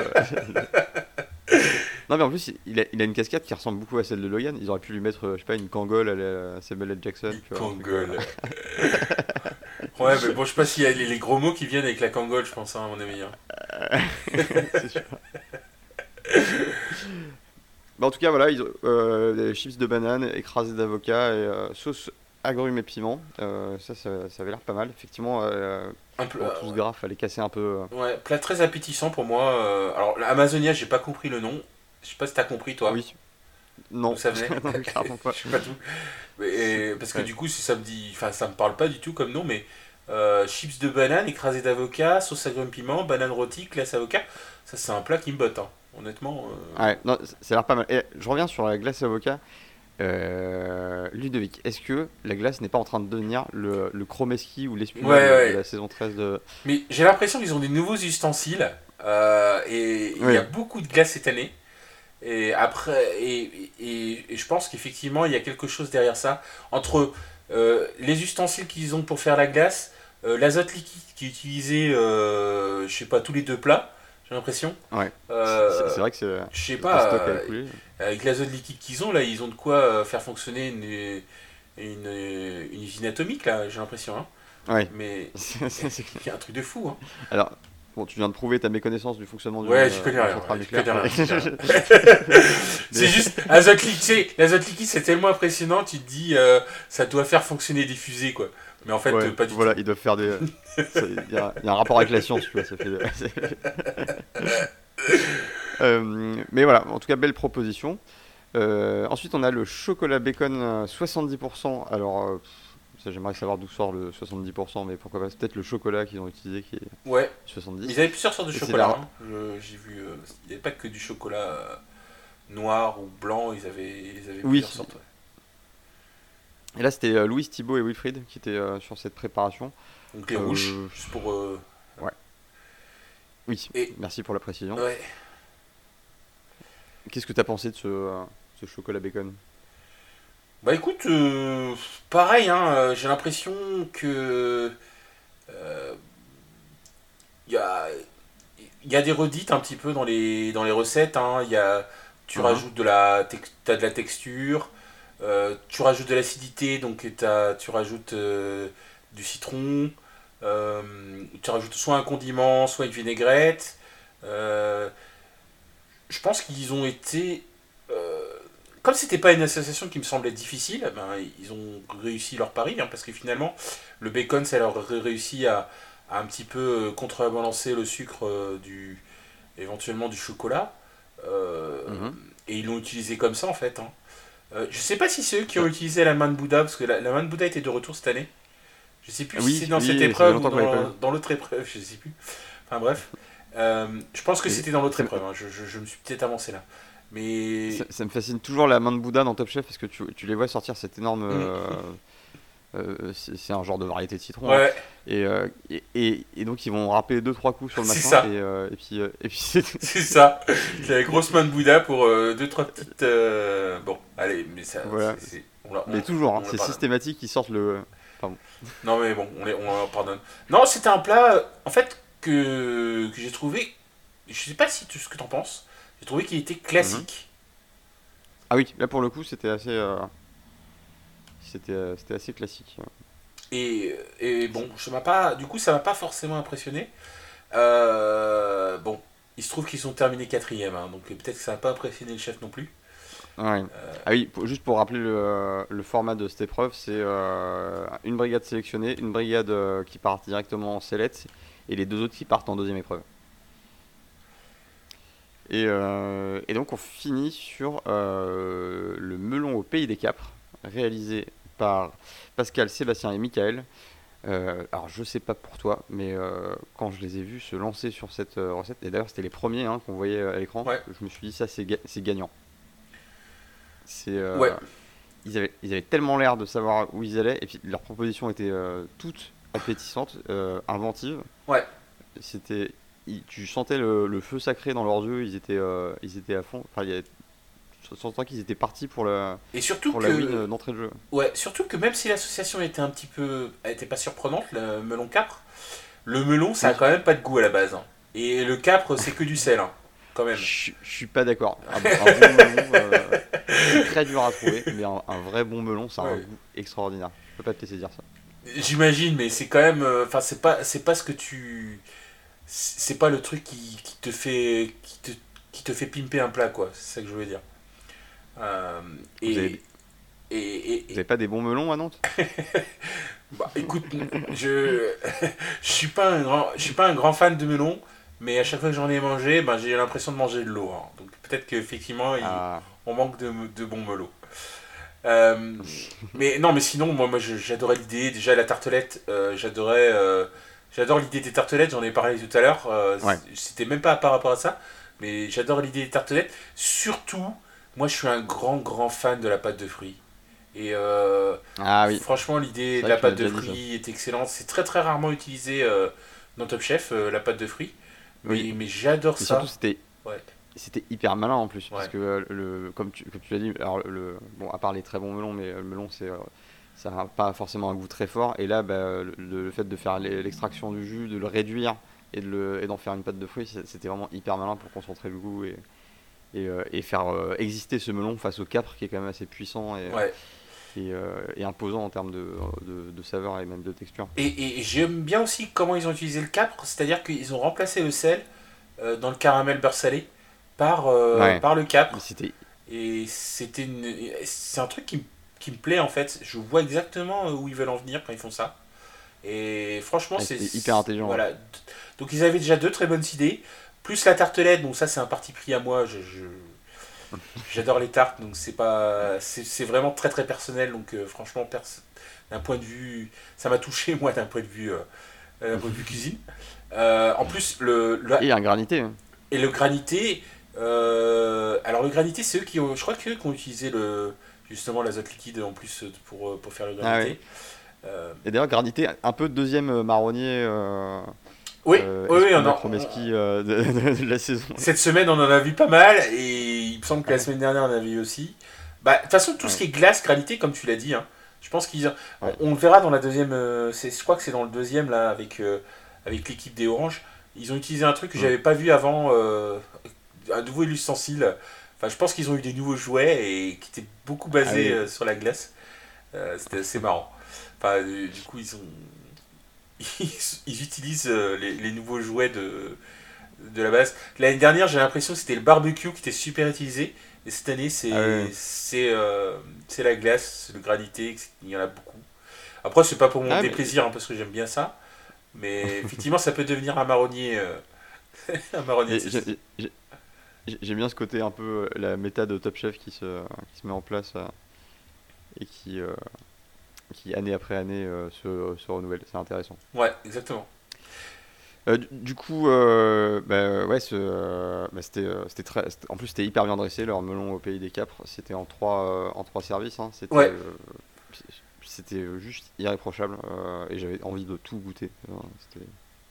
Non, mais en plus, il a, il a une casquette qui ressemble beaucoup à celle de Logan. Ils auraient pu lui mettre, euh, je sais pas, une Kangol à la Samuel L. Jackson, Il tu vois, un truc. euh, Kangol. Ouais, mais bon, je sais pas s'il y a les, les gros mots qui viennent avec la Kangol, je pense, hein, à mon avis. Hein. c'est sûr. Bah, en tout cas, voilà, ils ont, euh, des chips de banane écrasés d'avocat et euh, sauce agrumes et piment. Euh, ça, ça, ça avait l'air pas mal. Effectivement, euh, Un peu. bon, euh, tout ce gras, fallait casser un peu. euh. ouais, plat très appétissant pour moi. euh, Alors, l'Amazonia, j'ai pas compris le nom. Je sais pas si t'as compris, toi. Oui, D'où non, ça venait. non, clairement pas. Je sais pas tout. Mais, parce que Ouais. du coup, si ça me dit. Enfin, ça me parle pas du tout comme nom, mais. euh, chips de banane, écrasé d'avocat, sauce agrumes piment, banane rôtie, glace avocat. Ça, c'est un plat qui me botte, hein. Honnêtement. euh, Ouais, non, c- ça a l'air pas mal. Et je reviens sur la glace avocat. Euh, Ludovic, est-ce que la glace n'est pas en train de devenir le, le Chromeski ou Ouais, l'Espuma de, de ouais. la saison treize de... Mais j'ai l'impression qu'ils ont des nouveaux ustensiles. euh, et il y a Oui, beaucoup de glace cette année. Et après, et, et- et je pense qu'effectivement, il y a quelque chose derrière ça. Entre euh, les ustensiles qu'ils ont pour faire la glace, euh, l'azote liquide qui est utilisé, euh, je sais pas, tous les deux plats, j'ai l'impression. ouais. C'est Euh, c'est vrai que c'est je sais le pas, stock a euh, écoulé. avec l'azote liquide qu'ils ont, là, ils ont de quoi euh, faire fonctionner une, une, une usine atomique, là, j'ai l'impression. Hein. Ouais, Mais c'est c'est- c'est il clair. y a un truc de fou. Hein. Alors, bon, tu viens de prouver ta méconnaissance du fonctionnement d'une Ouais, j'y euh, connais d'une rien, centrale ouais, j'y nucléaire. connais rien, Mais, j'y connais rien. C'est mais- juste, azote liquide, tu sais, l'azote liquide c'est tellement impressionnant, tu te dis, euh, ça doit faire fonctionner des fusées, quoi. Mais en fait, euh, ouais, pas du tout. voilà, ils doivent faire des... ça- Il y, a il y a un rapport avec la science, tu vois, ça fait... Euh, mais voilà, en tout cas, belle proposition. Euh, ensuite, on a le chocolat bacon euh, soixante-dix pour cent. Alors, euh, pff, ça, j'aimerais savoir d'où sort le soixante-dix pour cent, mais pourquoi pas. C'est peut-être le chocolat qu'ils ont utilisé qui est Ouais, ils soixante-dix. avaient plusieurs sortes de Et c'est chocolat. la... Hein. Je- J'ai vu, euh, il n'y avait pas que du chocolat euh, noir ou blanc, ils avaient, ils avaient Oui, plusieurs sortes. Ouais. et là, c'était euh, Louis Thibault et Wilfried qui étaient euh, sur cette préparation. Donc les rouges, Euh, juste pour. euh, ouais, oui, Et, merci pour la précision. ouais. Qu'est-ce que tu as pensé de ce, euh, ce chocolat bacon? Bah écoute, euh, pareil, hein, euh, j'ai l'impression que. euh, Il y a, il y a des redites un petit peu dans les, dans les recettes. Hein. Il y a, tu Mhm, rajoutes de la, tex- t'as de la texture, euh, tu rajoutes de l'acidité, donc t'as- tu rajoutes euh, du citron, euh, tu rajoutes soit un condiment, soit une vinaigrette. Euh, je pense qu'ils ont été. euh, Comme c'était pas une association qui me semblait difficile, ben, ils ont réussi leur pari, hein, parce que finalement, le bacon, ça leur a réussi à, à un petit peu euh, contrebalancer le sucre euh, du, éventuellement du chocolat. Euh, mhm. et ils l'ont utilisé comme ça, en fait. Hein. Euh, je sais pas si c'est eux qui ont Ça- utilisé la main de Bouddha, parce que la, la main de Bouddha était de retour cette année. Je sais plus si c'est Oui, dans cette oui, ça fait épreuve ou longtemps qu'on l'avait pas dans, vu. dans l'autre épreuve, je sais plus. Enfin bref. Euh, je pense que Mais c'était dans l'autre ça, me épreuve, hein. je, je, je me suis peut-être avancé là. Mais. ça- ça me fascine toujours la main de Bouddha dans Top Chef parce que tu, tu les vois sortir cette énorme. Hmm. euh, euh, c'est c'est un genre de variété de citron, hein. Ouais, Et, euh, et, et- et donc ils vont râper deux trois coups sur le c'est machin ça. et, euh, et puis, euh, et puis c'est C'est ça. C'est la grosse main de Bouddha pour euh, deux, trois petites. euh, Bon, allez, mais ça. voilà. c'est c'est- On, la- Mais on, toujours, hein, on le c'est pardonne. systématique, ils sortent le. Pardon. Non, mais bon, on, les, on leur pardonne. Non, c'était un plat, euh, en fait, que, que j'ai trouvé. Je sais pas si tu, ce que t'en penses. J'ai trouvé qu'il était Mhm. classique. Ah oui, là pour le coup c'était assez, euh, c'était, euh, c'était assez classique. Et, et bon, ça m'a pas. Du coup, ça m'a pas forcément impressionné. Euh, bon, il se trouve qu'ils sont terminés quatrième, hein, donc peut-être que ça n'a pas impressionné le chef non plus. Ouais. Euh, Ah oui, pour- juste pour rappeler le, le format de cette épreuve, c'est euh, une brigade sélectionnée, une brigade euh, qui part directement en sellette et les deux autres qui partent en deuxième épreuve. Et, euh, et donc on finit sur euh, le melon au pays des Capres, réalisé par Pascal, Sébastien et Michael. Euh, alors je sais pas pour toi, mais euh, quand je les ai vus se lancer sur cette euh, recette, et d'ailleurs c'était les premiers hein, qu'on voyait euh, à l'écran, Ouais, je me suis dit ça c'est ga- c'est gagnant. C'est, ouais, euh, ils avaient, ils avaient tellement l'air de savoir où ils allaient, et puis leurs propositions étaient euh, toutes appétissantes, euh, inventives. ouais. C'était, ils- tu sentais le, le feu sacré dans leurs yeux, ils étaient, euh, ils étaient à fond. Enfin, il y avait- je sentais qu'ils étaient partis pour la, Et surtout pour la win que, euh, d'entrée de jeu. ouais, surtout que même si l'association était un petit peu, elle était pas surprenante, le melon capre, le melon ça a Oui, quand même pas de goût à la base, hein. Et le capre c'est que du sel, hein, quand même. je je suis pas d'accord. Un, un bon melon, euh, c'est très dur à trouver, mais un, un vrai bon melon, ça a un Ouais. goût extraordinaire. Je peux pas te laisser dire ça. J'imagine, mais c'est quand même, euh, enfin c'est pas, c'est pas ce que tu, c'est pas le truc qui, qui te fait, qui te, qui te fait pimper un plat quoi. C'est ça que je veux dire. Euh, Vous avez, et, et, et, vous et- avez pas des bons melons à Nantes? bah, écoute, je, je suis pas un grand, je suis pas un grand fan de melon, mais à chaque fois que j'en ai mangé, ben, j'ai l'impression de manger de l'eau, hein. Donc peut-être qu'effectivement, il- Ah, on manque de, de bons melots. Euh, mais non, mais sinon, moi, moi je- j'adorais l'idée. Déjà, la tartelette, euh, j'adorais. euh, j'adore l'idée des tartelettes, j'en ai parlé tout à l'heure. euh, ouais. C'était même pas par rapport à ça, mais j'adore l'idée des tartelettes. Surtout, moi, je suis un grand, grand fan de la pâte de fruits. Et euh, Ah oui, franchement, l'idée c'est de vrai la que tu m'as pâte de déjà dit ça. fruits est excellente. C'est très, très rarement utilisé euh, dans Top Chef, euh, la pâte de fruits. Oui, Mais, mais j'adore mais surtout ça. c'était Ouais, c'était hyper malin en plus, parce ouais, que euh, le, comme tu, comme tu l'as dit, alors le, bon, à part les très bons melons, mais euh, le melon c'est, euh, ça n'a pas forcément un goût très fort. Et là, bah, le, le fait de faire l'e- l'extraction du jus, de le réduire et de le, et d'en faire une pâte de fruits, c'est- c'était vraiment hyper malin pour concentrer le goût et, et, euh, et faire euh, exister ce melon face au capre qui est quand même assez puissant et, ouais. et, euh, et imposant en termes de, de, de saveur et même de texture. Et, et j'aime bien aussi comment ils ont utilisé le capre, c'est-à-dire qu'ils ont remplacé le sel euh, dans le caramel beurre salé par, euh, Ouais, par le mais capre. c'était Et c'était une... c'est un truc qui, m- qui me plaît en fait. Je vois exactement où ils veulent en venir quand ils font ça. Et franchement, ouais, c'est. c'était hyper intelligent. Ouais. Voilà. Donc ils avaient déjà deux très bonnes idées. Plus la tartelette, donc ça c'est un parti pris à moi. Je, je- j'adore les tartes, donc c'est pas. C'est, c'est vraiment très très personnel. Donc euh, franchement, pers- d'un point de vue. Ça m'a touché moi d'un point de vue, euh, d'un point de vue cuisine. Euh, en plus, le, le- Et un granité. Hein. et le granité, euh, alors le granité, c'est eux qui ont, je crois que c'est eux qui ont utilisé le, justement l'azote liquide en plus euh, pour, euh, pour faire le Ah ouais. granité. Euh, Et d'ailleurs, granité, un peu deuxième euh, marronnier. Euh, oui, euh, oui, oui, on Espuma en- Chromeski euh, de, de- de la saison. cette semaine on en a vu pas mal et il me semble que la semaine dernière on en avait vu aussi. Bah, de toute façon, tout ce Ouais, qui est glace, granité, comme tu l'as dit, hein, je pense qu'ils, on, ouais. on le verra dans la deuxième, euh, c'est, je crois que c'est dans le deuxième là avec, euh, avec l'équipe des Oranges. Ils ont utilisé un truc que Mm. j'avais pas vu avant, euh, un nouveau ustensile. Enfin, je pense qu'ils ont eu des nouveaux jouets et qui étaient beaucoup Ah basés oui. euh, sur la glace. Euh, c'était assez marrant. Enfin, euh, du coup, ils ont, ils, ils utilisent euh, les, les nouveaux jouets de, de la base. L'année dernière, j'ai l'impression que c'était le barbecue qui était super utilisé. Et cette année, Ah c'est ouais. c'est euh, c'est la glace, c'est le granité, il y en a beaucoup. Après, c'est pas pour mon Ah, mais déplaisir, hein, parce que j'aime bien ça. Mais effectivement, ça peut devenir un marronnier, euh, un marronnier de et saucisse. j'ai- j'ai- j'ai- j'aime bien ce côté un peu euh, la méta de Top Chef qui se, qui se met en place euh, et qui, euh, qui année après année euh, se, se renouvelle. C'est intéressant. Ouais, exactement. Euh, du, du coup, euh, bah, ouais, ce, euh, bah, c'était, euh, c'était très, c'était- en plus c'était hyper bien dressé leur melon au pays des Capres. C'était en trois, euh, en trois services. Hein. C'était, Ouais. euh, c'était juste irréprochable euh, et j'avais envie de tout goûter. Euh, c'était-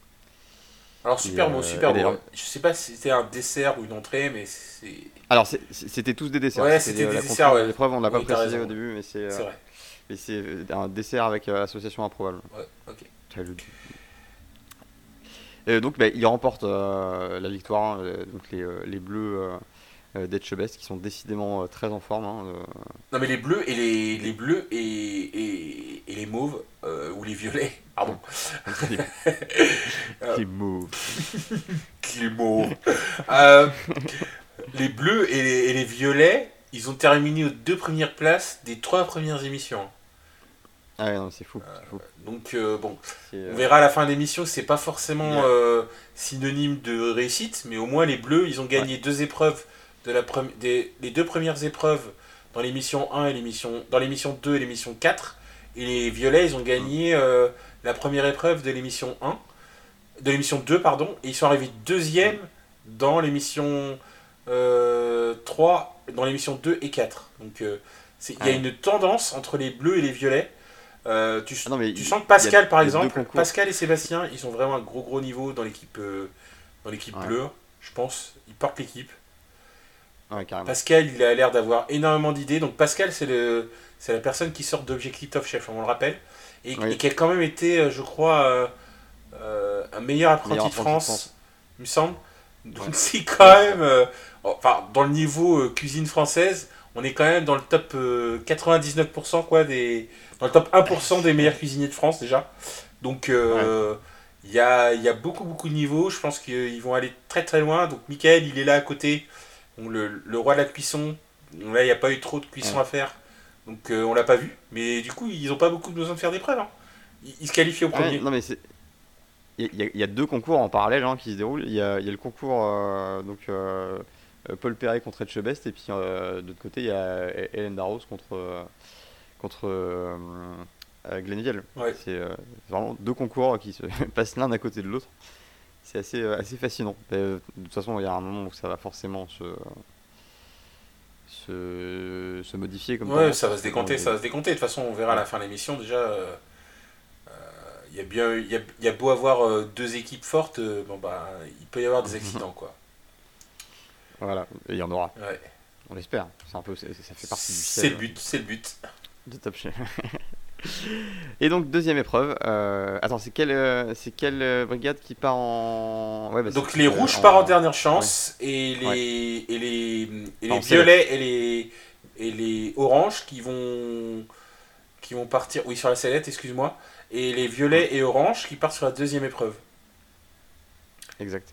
Alors, et, super beau, euh, super et beau. d'ailleurs, Je sais pas si c'était un dessert ou une entrée, mais c'est. alors c'est- c'est- c'était tous des desserts. Ouais, C'était c'était euh, des la desserts, contre ouais. l'épreuve, on l'a pas Oui, t'as précisé au raison. début, mais c'est, C'est euh, vrai. mais c'est un dessert avec euh, association improbable. Ouais, ok. Enfin, le- Et donc, bah, il remporte euh, la victoire. Hein, euh, donc les, euh, les Bleus euh, euh, d'Etchebest qui sont décidément euh, très en forme. Hein, euh. Non, mais les bleus et les, les bleus et, et, et les mauves, euh, ou les violets, pardon. les, Euh, les mauves. les mauves. Euh, les bleus et les, et les violets, ils ont terminé aux deux premières places des trois premières émissions. Ah ouais, non, c'est fou. C'est fou. Donc, euh, bon, C'est, on euh, verra à la fin de l'émission, c'est pas forcément Yeah. euh, synonyme de réussite, mais au moins les bleus, ils ont gagné deux épreuves, de la premi- des, les deux premières épreuves dans l'émission un et l'émission, dans l'émission deux et l'émission quatre, et les violets, ils ont gagné euh, la première épreuve de l'émission un, de l'émission deux, pardon, et ils sont arrivés deuxième dans l'émission euh, trois, dans l'émission deux et quatre. Donc euh, il y a Ouais. une tendance entre les bleus et les violets. Euh, tu, Ah non, mais tu il sens que y a, Pascal, par il y a deux exemple, concours. Pascal et Sébastien, ils ont vraiment un gros gros niveau dans l'équipe euh, dans l'équipe Ouais, bleue, je pense. Ils portent l'équipe. ouais, carrément. Pascal, il a l'air d'avoir énormément d'idées. Donc Pascal, c'est le, c'est la personne qui sort d'Objectif Top Chef, on le rappelle, et, et Oui, qui a quand même été, euh, je crois, euh, euh, un meilleur apprenti meilleur de apprenti de France, France. il me semble. Ouais, Donc c'est quand ouais, c'est ça. même, euh, enfin, dans le niveau euh, cuisine française, on est quand même dans le top euh, quatre-vingt-dix-neuf pour cent quoi, des, dans le top un pour cent des meilleurs cuisiniers de France déjà. Donc Ouais. euh, il y, a, il y a beaucoup beaucoup de niveaux. Je pense qu'ils vont aller très très loin. Donc Michael, il est là à côté. Donc, le, le roi de la cuisson. Donc, là, il n'y a pas eu trop de cuisson Ouais. à faire. Donc euh, on l'a pas vu. Mais du coup, ils n'ont pas beaucoup besoin de faire d'épreuves. Hein. Ils, ils se qualifient au Ouais, premier. non, mais c'est. Il y, a- il y a deux concours en parallèle hein, qui se déroulent. Il y a, il y a le concours euh, donc, euh, euh, Paul Perret contre Etchebest, et puis euh, de l'autre côté, il y a Hélène Darroze contre, euh, contre euh, euh, Glenville. Ouais. C'est euh, vraiment deux concours qui se passent l'un à côté de l'autre. C'est assez, euh, assez fascinant. Mais, euh, de toute façon, il y a un moment où ça va forcément se, se, se modifier comme Ouais, tendance. ça va se Dans décompter, ça les... va se décompter. De toute façon, on verra à Ouais. la fin de l'émission déjà. euh, Il y a bien, il y a, il y a beau avoir euh, deux équipes fortes, euh, bon bah, il peut y avoir des accidents quoi. Voilà, et il y en aura. Ouais. On l'espère. C'est un peu, c'est- ça fait partie du C'est sel le but, c'est le but. de Top Chef. Et donc deuxième épreuve. euh, Attends, c'est quelle, euh, c'est quelle euh, brigade qui part en... Ouais, bah Donc c'est les euh, rouges partent en en... dernière Ouais, chance et ouais. les et les et Enfin, les en sellette. violets et les et les oranges qui vont qui vont partir. Oui, sur la sellette, excuse-moi. Et les Hmm, violets et oranges qui partent sur la deuxième épreuve. exact.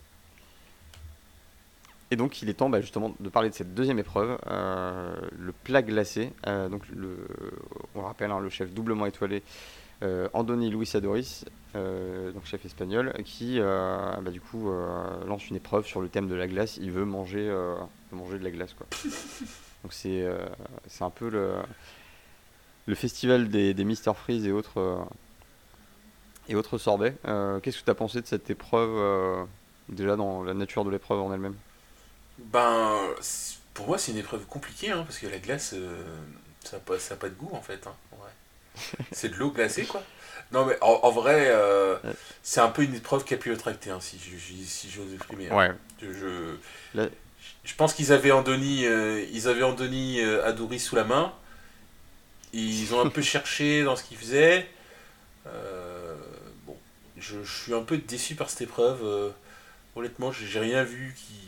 Et donc il est temps bah, justement de parler de cette deuxième épreuve, euh, le plat glacé. Euh, donc le, on le rappelle, hein, le chef doublement étoilé euh, Andoni Luis Adoris, euh, donc chef espagnol, qui euh, bah, du coup euh, lance une épreuve sur le thème de la glace. Il veut manger, euh, manger de la glace quoi. Donc c'est euh, c'est un peu le, le festival des, des Mister Freeze et autres euh, et autres sorbets. Euh, Qu'est-ce que tu as pensé de cette épreuve euh, déjà dans la nature de l'épreuve en elle-même? Ben, c'est- pour moi, c'est une épreuve compliquée hein, parce que la glace, euh, ça n'a pas, ça a pas de goût en fait. Hein, ouais. C'est de l'eau glacée quoi. Non mais en, en vrai, euh, Euh, c'est un peu une épreuve capillotractée hein, si je- je- si j'ose exprimer. Hein. Ouais. Je, je, Là, je pense qu'ils avaient Andoni, euh, ils avaient Andoni euh, Adouris sous la main. Ils ont un peu cherché dans ce qu'ils faisaient. Euh, bon, je, je suis un peu déçu par cette épreuve. euh, honnêtement, j'ai j'ai rien vu qui,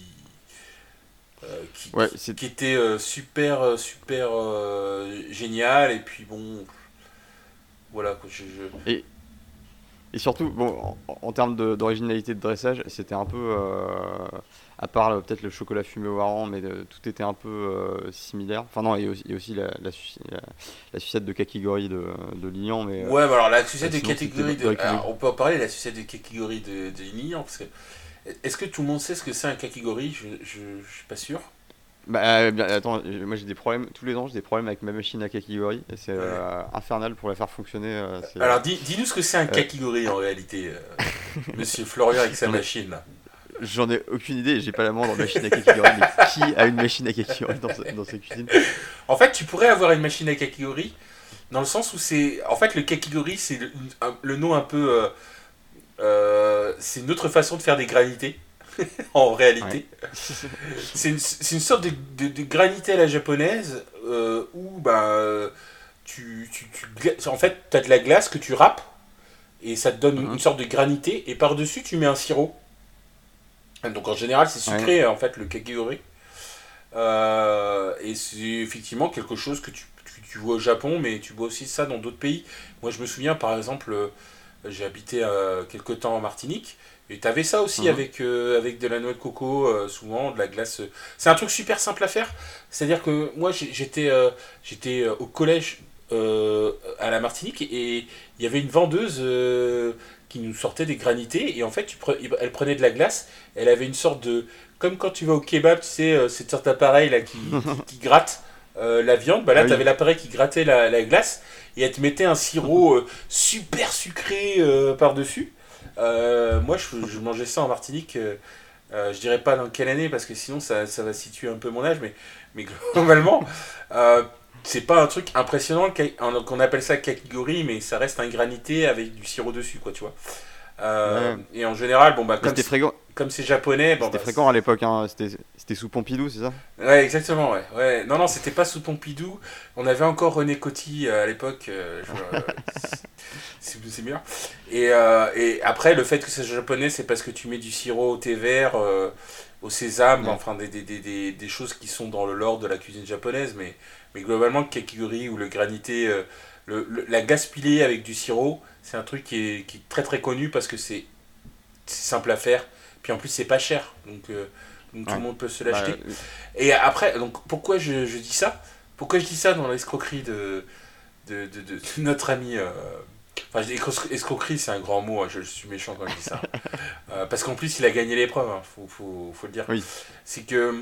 euh, qui, ouais, qui, c'est qui était euh, super, euh, super euh, génial. Et puis bon, voilà quoi. Je, je- et, et surtout bon en, en termes de- d'originalité de dressage, c'était un peu euh, à part euh, peut-être le chocolat fumé au hareng, mais euh, tout était un peu euh, similaire. Enfin non, et aussi, et aussi la, la, suci- la, la sucette de kakigori de, de Lignan, mais euh, Ouais, bah alors la euh, sucette de sinon c'était catégorie dans, de. dans les cuisines. Alors, on peut en parler, la sucette de catégorie de, de Lignan, parce que. Est-ce que tout le monde sait ce que c'est un kakigori? Je, je, je suis pas sûr. Bah euh, bien, attends, euh, moi j'ai des problèmes tous les ans, j'ai des problèmes avec ma machine à kakigori, et c'est Ouais. euh, infernal pour la faire fonctionner. euh, c'est euh, Alors, dis, dis-nous ce que c'est un euh, kakigori en réalité, euh, monsieur Florian avec sa j'en ai machine là. J'en ai aucune idée, j'ai pas la moindre machine à kakigori, mais qui a une machine à kakigori dans, sa- dans sa cuisine? En fait, tu pourrais avoir une machine à kakigori, dans le sens où c'est. En fait, le kakigori, c'est le, un- le nom un peu. euh, euh, c'est une autre façon de faire des granités, en Ouais. réalité. C'est une, c'est une sorte de, de, de granité à la japonaise euh, où bah, euh, tu, tu, tu gla- en fait, tu as de la glace que tu râpes et ça te donne une, une Mhm. sorte de granité et par-dessus tu mets un sirop. Donc en général c'est Ouais. sucré en fait le kakigori. Euh, et c'est effectivement quelque chose que tu, tu, tu vois au Japon mais tu vois aussi ça dans d'autres pays. Moi je me souviens par exemple, euh, j'ai habité euh, quelque temps en Martinique. Et t'avais ça aussi Mhm. avec, euh, avec de la noix de coco, euh, souvent, de la glace. euh. C'est un truc super simple à faire. C'est-à-dire que moi, j'ai- j'étais euh, j'étais euh, au collège euh, à la Martinique et il y avait une vendeuse euh, qui nous sortait des granités. Et en fait, tu pre- elle prenait de la glace. Elle avait une sorte de. Comme quand tu vas au kebab, tu sais, euh, cette sorte d'appareil là qui, qui, qui gratte euh, la viande. Bah Ah là, tu oui. avais l'appareil qui grattait la, la glace. et elle te mettait un sirop euh, super sucré euh, par-dessus. Euh, moi, je, je mangeais ça en Martinique. Euh, euh, je dirais pas dans quelle année, parce que sinon ça, ça va situer un peu mon âge, mais, mais globalement, euh, c'est pas un truc impressionnant qu'on appelle ça kakigori, mais ça reste un granité avec du sirop dessus, quoi, tu vois. Euh, Ouais. et en général, bon, bah, Mais comme c'était c'est fréquent, comme c'est japonais, bon, c'était bah, fréquent à l'époque, hein. C'était, c'était sous Pompidou, c'est ça? ouais, exactement, ouais. ouais. Non, non, c'était pas sous Pompidou. On avait encore René Coty euh, à l'époque. euh, je- euh, c'est c'est bien. Et, euh, et après, le fait que c'est japonais, c'est parce que tu mets du sirop au thé vert, euh, au sésame, Ouais. enfin des, des, des, des, des choses qui sont dans le lore de la cuisine japonaise. Mais, mais globalement, le kakigori ou le granité, euh, le, le- la glace pilée avec du sirop, c'est un truc qui est, qui est très très connu parce que c'est c'est simple à faire. Puis en plus, c'est pas cher. Donc, euh, donc tout le Ouais. monde peut se Bah, l'acheter. euh, Et après, donc pourquoi je, je dis ça? Pourquoi je dis ça dans l'escroquerie de, de, de, de- de notre ami euh, Enfin, je dis escro- escroquerie, c'est un grand mot, hein, je, je suis méchant quand je dis ça. Euh, parce qu'en plus, il a gagné l'épreuve, hein, faut, faut, faut le dire. oui. C'est que.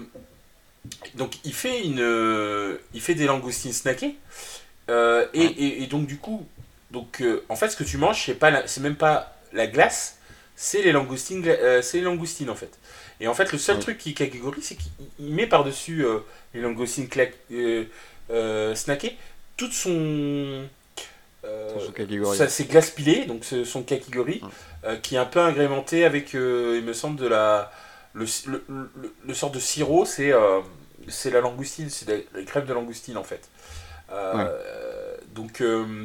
Donc, il fait, une, euh, il fait des langoustines snackées. euh, et, Ouais. et, et donc, du coup, donc, euh, en fait, ce que tu manges, c'est pas la- c'est même pas la glace, c'est les langoustines, gla- euh, c'est les langoustines en fait. Et en fait, le seul Oui. truc qui est catégorique, c'est qu'il il met par-dessus euh, les langoustines cla- euh, euh, snackées toute son. Sans Euh, sous-catégorie. ça, c'est glace pilée, donc c'est son kakigori, Ouais. euh, qui est un peu agrémenté avec, euh, il me semble, de la. Le, le, le, le sort de sirop, c'est euh, c'est la langoustine, c'est la, la crème de langoustine en fait. Ouais. Euh, donc. euh,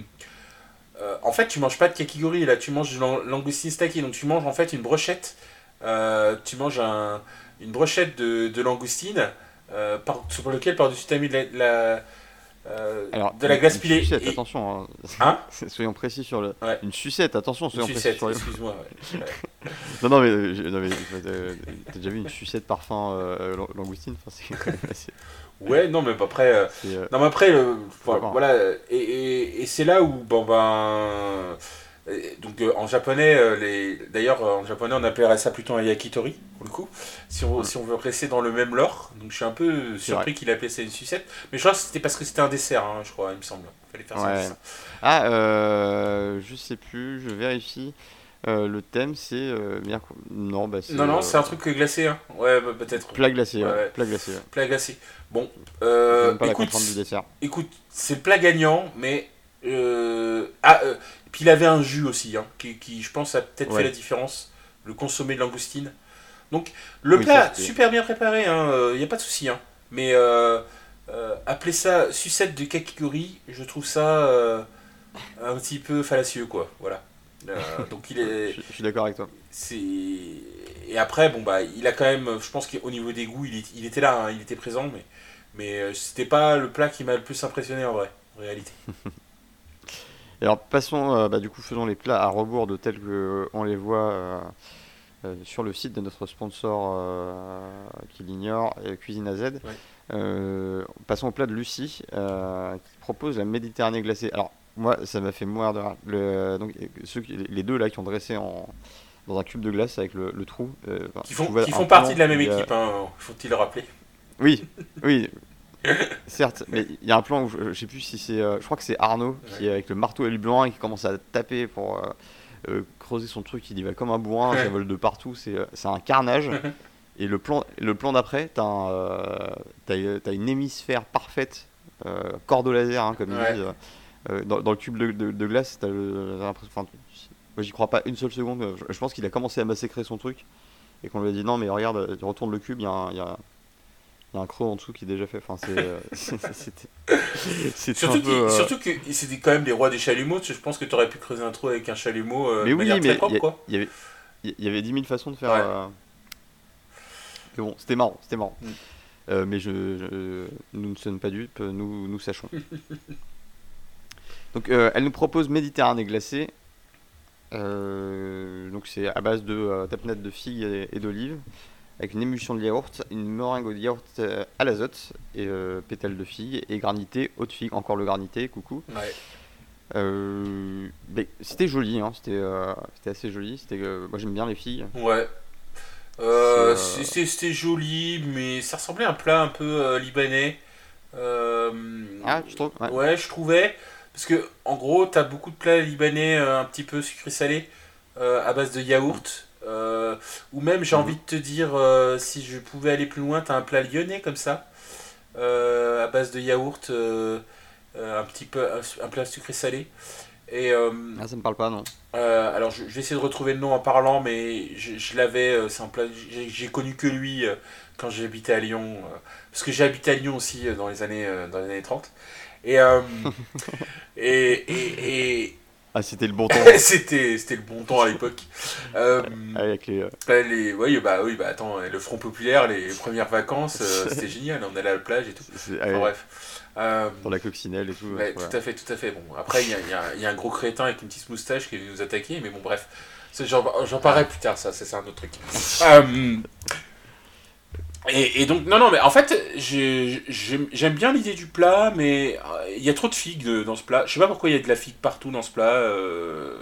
euh, en fait, tu manges pas de kakigori, là, tu manges du lang- langoustine snacké. Donc, tu manges en fait une brochette. euh, tu manges un, une brochette de, de langoustine euh, par, sur lequel par-dessus tu as mis de la, de la, euh, Alors, de la une, glace une pilée. sucette, Et, attention, hein. hein? Soyons précis sur le. Ouais, Une sucette, attention, une soyons précis sucette, sur le. excuse-moi. Ouais. Ouais. Non, non, mais, euh, j'ai- non, mais euh, t'as déjà vu une sucette parfum euh, lang- langoustine? Enfin, c'est quand même assez. Ouais, non, mais après. euh, C'est, euh, non, mais après, euh, faut voilà. voir. voilà, et et, et c'est là où, bon, ben. Et donc euh, en japonais, euh, les... d'ailleurs euh, en japonais on appellerait ça plutôt un yakitori pour le coup, si on, Hum, si on veut rester dans le même lore. Donc je suis un peu c'est vrai. surpris qu'il appelait ça une sucette, mais je crois que c'était parce que c'était un dessert, hein, je crois, il me semble. Fallait faire ça comme Ouais. ça. Ah, euh, je sais plus, je vérifie. Euh, le thème, c'est. Euh, bien quoi. Non, bah, c'est. Non, non, Euh, c'est un truc glacé, hein. Ouais, bah, peut-être. plat glacé, Ouais, ouais. ouais, Plat glacé, ouais. plat glacé. Bon, J'ai euh, même pas la écoute, contrainte du dessert. écoute, c'est le plat gagnant, mais. euh, Ah, euh, puis il avait un jus aussi, hein, qui, qui, je pense, a peut-être fait la Ouais. différence. Le consommé de langoustine. Donc, le Oui, ça, plat, c'était. super bien préparé, il hein, n'y a pas de souci. Hein. Mais euh, euh, appeler ça sucette de kakigori, je trouve ça euh, un petit peu fallacieux, quoi. Voilà. Euh, donc, il est. Je, je suis d'accord avec toi. C'est... Et après, bon, bah, il a quand même. Je pense qu'au niveau des goûts, il, est- il était là, hein, il était présent, mais, mais euh, c'était pas le plat qui m'a le plus impressionné en vrai, en réalité. Et alors, passons, euh, bah, du coup, faisons les plats à rebours de tels que euh, on les voit euh, euh, sur le site de notre sponsor euh, qui l'ignore, euh, Cuisine à Z. Ouais. Euh, passons au plat de Lucie, euh, qui propose la Méditerranée glacée. Alors, moi, ça m'a fait mourir de rire. Le, donc, euh, ceux qui- les deux là qui ont dressé en, dans un cube de glace avec le, le trou, euh, enfin, Qui tu font, vois qui un font partie plan de la où même il y a. équipe, hein, faut-il le rappeler. Oui, oui, certes, mais il y a un plan où je, je sais plus si c'est. Euh, je crois que c'est Arnaud qui Ouais. est avec le marteau et le blanc et qui commence à taper pour euh, euh, creuser son truc. Il y va comme un bourrin, ça Ouais. vole de partout. C'est euh, c'est un carnage. Et le plan, le plan d'après, t'as un, euh, t'as, euh, t'as une hémisphère parfaite, euh, corde au laser, hein, comme ils Ouais. disent, euh, euh, dans, dans le cube de, de- de glace. T'as le- t'as l'impression- enfin, moi, j'y crois pas une seule seconde. Je, je pense qu'il a commencé à massacrer son truc et qu'on lui a dit non, mais regarde, tu retournes le cube, il y a un. il y a- il y a un creux en dessous qui est déjà fait. Enfin, c'est, euh, c'est- c'était, c'était un Surtout, peu. qu'il- euh, surtout que c'était quand même les rois des chalumeaux. Je pense que tu aurais pu creuser un trou avec un chalumeau euh, Mais de oui, manière très mais il propre, y, a- quoi. il y avait, il y avait dix mille façons de faire. Ouais. euh, Mais bon, c'était marrant, c'était marrant. Mm. Euh, mais je, je- nous ne sommes pas dupes, nous, nous sachons. Donc, euh, elle nous propose Méditerranée glacée. Euh, donc, c'est à base de euh, tapenade de figues et, et d'olives, avec une émulsion de yaourt, une meringue au yaourt euh, à l'azote, et euh, pétales de figues, et granité, eau de figue, encore le granité, coucou. Ouais. Euh, mais c'était joli, hein, c'était, euh, c'était assez joli. C'était, euh, moi, j'aime bien les figues. Ouais. C'est, Euh, euh, c'était c'était joli, mais ça ressemblait à un plat un peu euh, libanais. Euh, Ah, tu trouves? Ouais. ouais, je trouvais. Parce que, en gros, t'as beaucoup de plats libanais euh, un petit peu sucrés-salés euh, à base de yaourt. Euh, ou même, j'ai envie Mhm. de te dire, euh, si je pouvais aller plus loin, t'as un plat lyonnais comme ça, euh, à base de yaourt, euh, euh, un petit peu, un, un plat sucré-salé. Et euh, Ah, ça me parle pas, non. euh, alors, je, je vais essayer de retrouver le nom en parlant, mais je, je l'avais, euh, c'est un plat, j'ai j'ai connu que lui euh, quand j'habitais à Lyon. Euh, parce que j'ai habité à Lyon aussi euh, dans les années, euh, dans les années trente. Et, euh, et, et, et Ah, c'était le bon temps. c'était, c'était le bon temps à l'époque. Euh, Avec les. euh, bah, les, oui, bah, oui, bah attends, le Front Populaire, les premières vacances, euh, c'était génial, on allait à la plage et tout. c'est- c'est- Enfin ouais, bref. Euh, sur la coccinelle et tout. euh, ouais, voilà. tout à fait, tout à fait. Bon, après, il y a, il y a- il y a un gros crétin avec une petite moustache qui est venu nous attaquer, mais bon, bref. Ça, J'en j'en parlerai Ah. plus tard, ça, ça, c'est un autre truc. Euh, et, et donc, non, non, mais en fait, j'ai- j'aime j'aime bien l'idée du plat, mais euh, il y a trop de figues de- dans ce plat. Je sais pas pourquoi il y a de la figue partout dans ce plat. euh,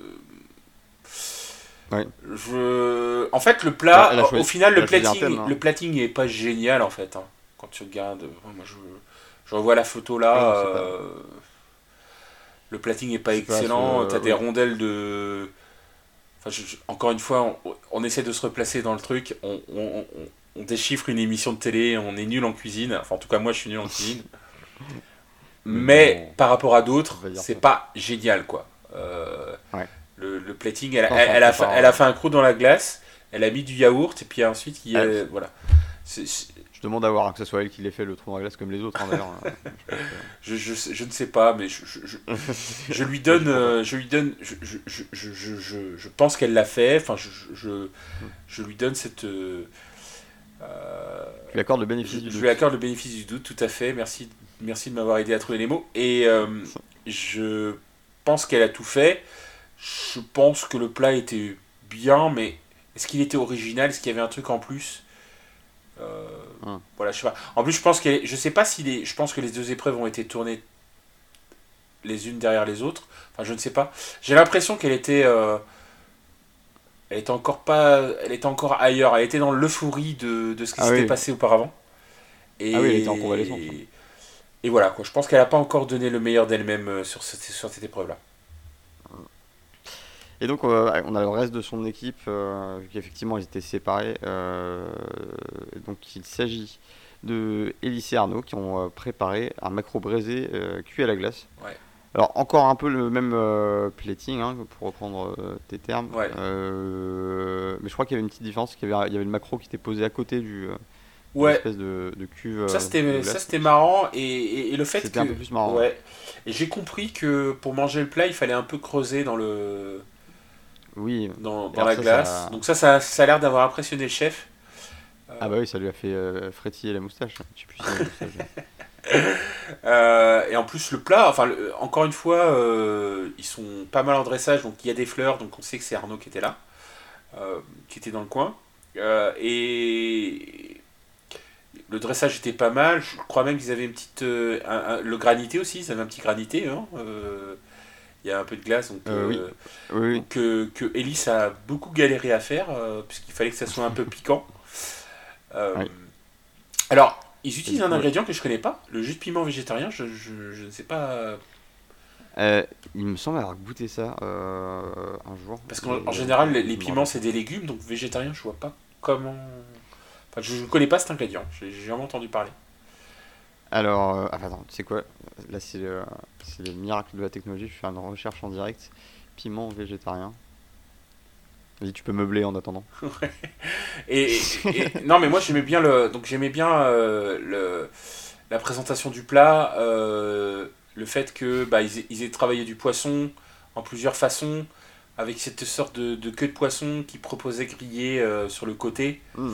Ouais. Je... En fait, le Bah, elle a plat, au choisi, final, elle le a choisi un plating, thème, hein. le plating est pas génial en fait, hein. Quand tu regardes, euh, moi je, je revois la photo Ah là, non, c'est pas. euh, le plating est pas C'est pas excellent. ce. T'as des Oui. rondelles de, enfin, je- je- encore une fois, on, on essaie de se replacer dans le truc. On, on, on- on déchiffre une émission de télé, on est nul en cuisine. Enfin, en tout cas, moi, je suis nul en cuisine. Mais Mais bon, par rapport à on d'autres, va dire c'est ça. pas génial quoi. Euh, Ouais. le, le plating, elle, Non, elle, ça en elle a, fait fait, pas. elle a un- fait un trou dans la glace. Elle a mis du yaourt et puis ensuite, il y Ah, a, voilà. C'est- c'est- je demande à voir hein, que ce soit elle qui l'ait fait le trou dans la glace comme les autres, hein, d'ailleurs. hein. Je pense Je, je, sais- je ne sais pas, mais je, je, je, que- je lui Oui, donne, je crois pas. euh, je lui donne, je, je, je, je, je, je- je pense qu'elle l'a fait. Enfin, je, je, je, Hmm. je lui donne cette, euh, euh, Je lui accorde le je, bénéfice du je lui doute. accorde le bénéfice du doute. Tout à fait. Merci, merci de m'avoir aidé à trouver les mots. Et euh, je pense qu'elle a tout fait. Je pense que le plat était bien, mais est-ce qu'il était original? Est-ce qu'il y avait un truc en plus? Euh, Hum. voilà, je sais pas. En plus, je pense qu'elle, je sais pas si les, je pense que les deux épreuves ont été tournées les unes derrière les autres. Enfin, je ne sais pas. J'ai l'impression qu'elle était, euh, elle était encore pas, elle était encore ailleurs. Elle était dans l'euphorie de, de ce qui Ah s'était oui. passé auparavant. Ah oui, elle était en convalescence, hein. Et, et voilà quoi. Je pense qu'elle n'a pas encore donné le meilleur d'elle-même euh, sur cette, sur cette épreuve-là. Et donc, euh, on a le reste de son équipe, euh, vu qu'effectivement, ils étaient séparés. euh, donc, il s'agit de Élise et Arnaud qui ont euh, préparé un maquereau braisé euh, cuit à la glace. Ouais. Alors, encore un peu le même euh, plating, hein, pour reprendre euh, tes termes. Ouais. Euh, mais je crois qu'il y avait une petite différence, qu'il y avait, il y avait le maquereau qui était posé à côté du, euh, d'une Ouais. espèce de, de cuve Ça euh, de c'était, ça glace. c'était marrant et, et, et le fait C'était que, un peu plus marrant. Ouais. ouais. Et j'ai compris que pour manger le plat, il fallait un peu creuser dans le, Oui. dans, Et dans alors la ça, glace. ça... Donc ça, ça, ça a l'air d'avoir impressionné le chef. Euh, Ah bah oui, ça lui a fait euh, frétiller la moustache. Je sais plus si c'est la moustache. Euh, et en plus, le plat, enfin, le- encore une fois, euh, ils sont pas mal en dressage, donc il y a des fleurs, donc on sait que c'est Arnaud qui était là, euh, qui était dans le coin. Euh, et le dressage était pas mal, je crois même qu'ils avaient une petite. Euh, un- un- le granité aussi, ils avaient un petit granité, hein, euh, il y a un peu de glace, donc, Euh, oui. euh, Oui, oui. donc, euh, que Ellis a beaucoup galéré à faire, euh, puisqu'il fallait que ça soit un peu piquant. Euh, Ouais. Alors, ils Et utilisent du un coup, ouais. ingrédient que je connais pas, le jus de piment végétarien, je, je, je ne sais pas. Euh, il me semble avoir goûté ça euh, un jour. Parce qu'en mais en général, les, je les me piments rappelle c'est pas. des légumes, donc végétarien, je vois pas comment. Enfin, je ne connais pas cet ingrédient, j'ai j'ai jamais entendu parler. Alors, euh, ah, attends, tu sais quoi? Là, c'est le, c'est le miracle de la technologie. Je fais une recherche en direct. Piment végétarien. Vas-y, tu peux meubler en attendant. Et, et- et- non, mais moi j'aimais bien le, donc j'aimais bien euh, le, la présentation du plat, euh, le fait que bah, ils, aient, ils aient travaillé du poisson en plusieurs façons, avec cette sorte de, de queue de poisson qui proposait grillée euh, sur le côté. Hmm.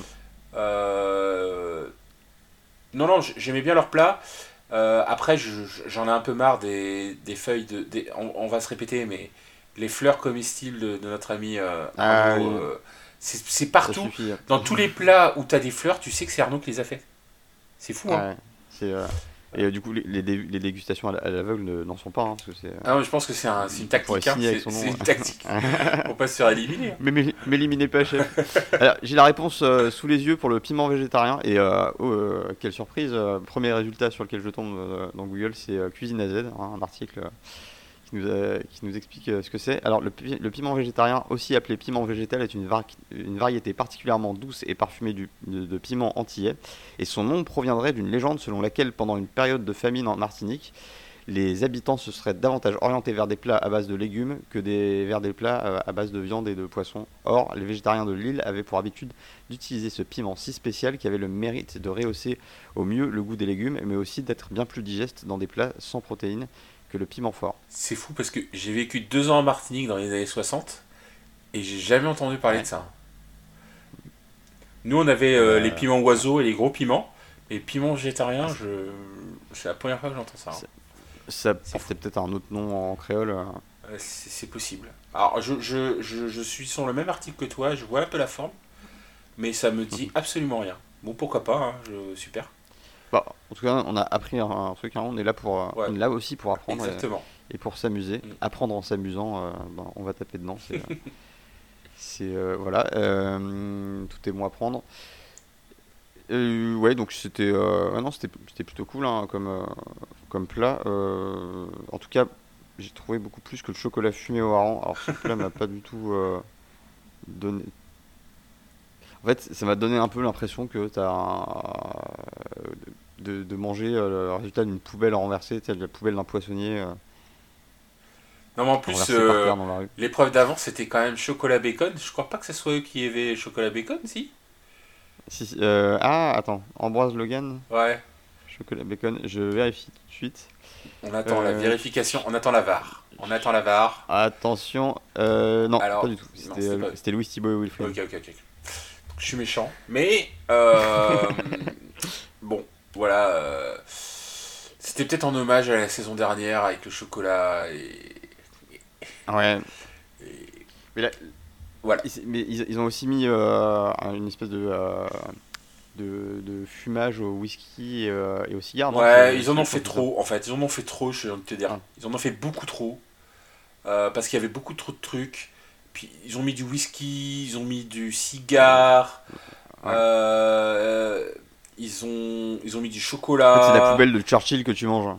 Euh, non, non, j- j'aimais bien leur plat. Euh, après, je- je- j'en ai un peu marre des, des feuilles de. Des, on, on va se répéter, mais les fleurs comestibles de, de notre ami euh, Ah Arnaud, oui, euh, c'est c'est ça partout. suffit. Dans tous les plats où tu as des fleurs, tu sais que c'est Arnaud qui les a fait. C'est fou, hein? Ouais, c'est, euh, Et euh, du coup, les, les, dé- les dégustations à la- à l'aveugle ne- n'en sont pas, hein, parce que c'est. Ah, mais je pense que c'est un, c'est une Il pourrait tactique. Hein. signer avec C'est, son c'est nom. une tactique. Pour pas se faire éliminer. Hein. Mais mais- m'éliminez pas, chef. Alors, j'ai la réponse euh, sous les yeux pour le piment végétarien. Et euh, oh, euh, quelle surprise! euh, premier résultat sur lequel je tombe euh, dans Google, c'est euh, Cuisine à Z, hein, un article euh, qui nous, a- qui nous explique euh, ce que c'est. Alors, le, pi- le piment végétarien, aussi appelé piment végétal, est une, vari- une variété particulièrement douce et parfumée du- de, de piment antillais. Et son nom proviendrait d'une légende selon laquelle, pendant une période de famine en Martinique, les habitants se seraient davantage orientés vers des plats à base de légumes que des, vers des plats euh, à base de viande et de poisson. Or, les végétariens de l'île avaient pour habitude d'utiliser ce piment si spécial qui avait le mérite de rehausser au mieux le goût des légumes, mais aussi d'être bien plus digeste dans des plats sans protéines que le piment fort. C'est fou parce que j'ai vécu deux ans en Martinique dans les années soixante et j'ai jamais entendu parler Ouais. de ça. Nous, on avait euh, les Euh, piments oiseaux et les gros piments. Mais piments végétariens, je... c'est la première fois que j'entends ça. Hein. c'est- ça C'est portait fou. peut-être un autre nom en créole. euh. Euh, c'est, c'est possible. Alors, je, je, je, je suis sur le même article que toi, je vois un peu la forme, mais ça me dit absolument rien. Bon, pourquoi pas, hein, je... super. Bah, en tout cas, on a appris un, un truc, hein, on est là pour, euh, Ouais, on est là aussi pour apprendre et, exactement. et pour s'amuser. Mm. Apprendre en s'amusant, euh, ben, on va taper dedans. C'est, euh, c'est, euh, voilà, euh, tout est bon à prendre. Euh, ouais, donc c'était, euh, ouais, non, c'était, c'était plutôt cool hein, comme, euh, comme plat. Euh, en tout cas, j'ai trouvé beaucoup plus que le chocolat fumé au hareng. Alors ce plat m'a pas du tout euh, donné. En fait, ça m'a donné un peu l'impression que t'as un- de, de manger euh, le résultat d'une poubelle renversée, tu sais, de la poubelle d'un poissonnier euh, Non, mais en plus, renversée par euh, terre dans la rue. l'épreuve d'avant, c'était quand même chocolat bacon. Je crois pas que ce soit eux qui avaient chocolat bacon, si. Si, si, euh, ah, attends, Ambroise Logan, Ouais, chocolat bacon, je vérifie tout de suite. on attend la Euh, vérification, on attend la V A R. On attend la V A R. Attention, euh, non, Alors, pas du tout. non, C'était, c'était euh, pas eux. c'était Louis Thibault et Wilfried. Ok, ok, ok. Donc, je suis méchant. Mais, euh, bon, voilà. euh, c'était peut-être en hommage à la saison dernière avec le chocolat et. Ouais, et- mais, là, voilà. ils, mais ils, ils ont aussi mis euh, une espèce de, euh, de, de fumage au whisky et, euh, et au cigare, non? Ouais, C'est- ils en ont c'est fait ça. trop, en fait. Ils en ont fait trop, je viens de te dire. Ah. Ils en ont fait beaucoup trop. euh, parce qu'il y avait beaucoup trop de trucs. Puis ils ont mis du whisky, ils ont mis du cigare. Ouais. euh, ils, ont, ils ont mis du En fait, chocolat. c'est la poubelle de Churchill que tu manges.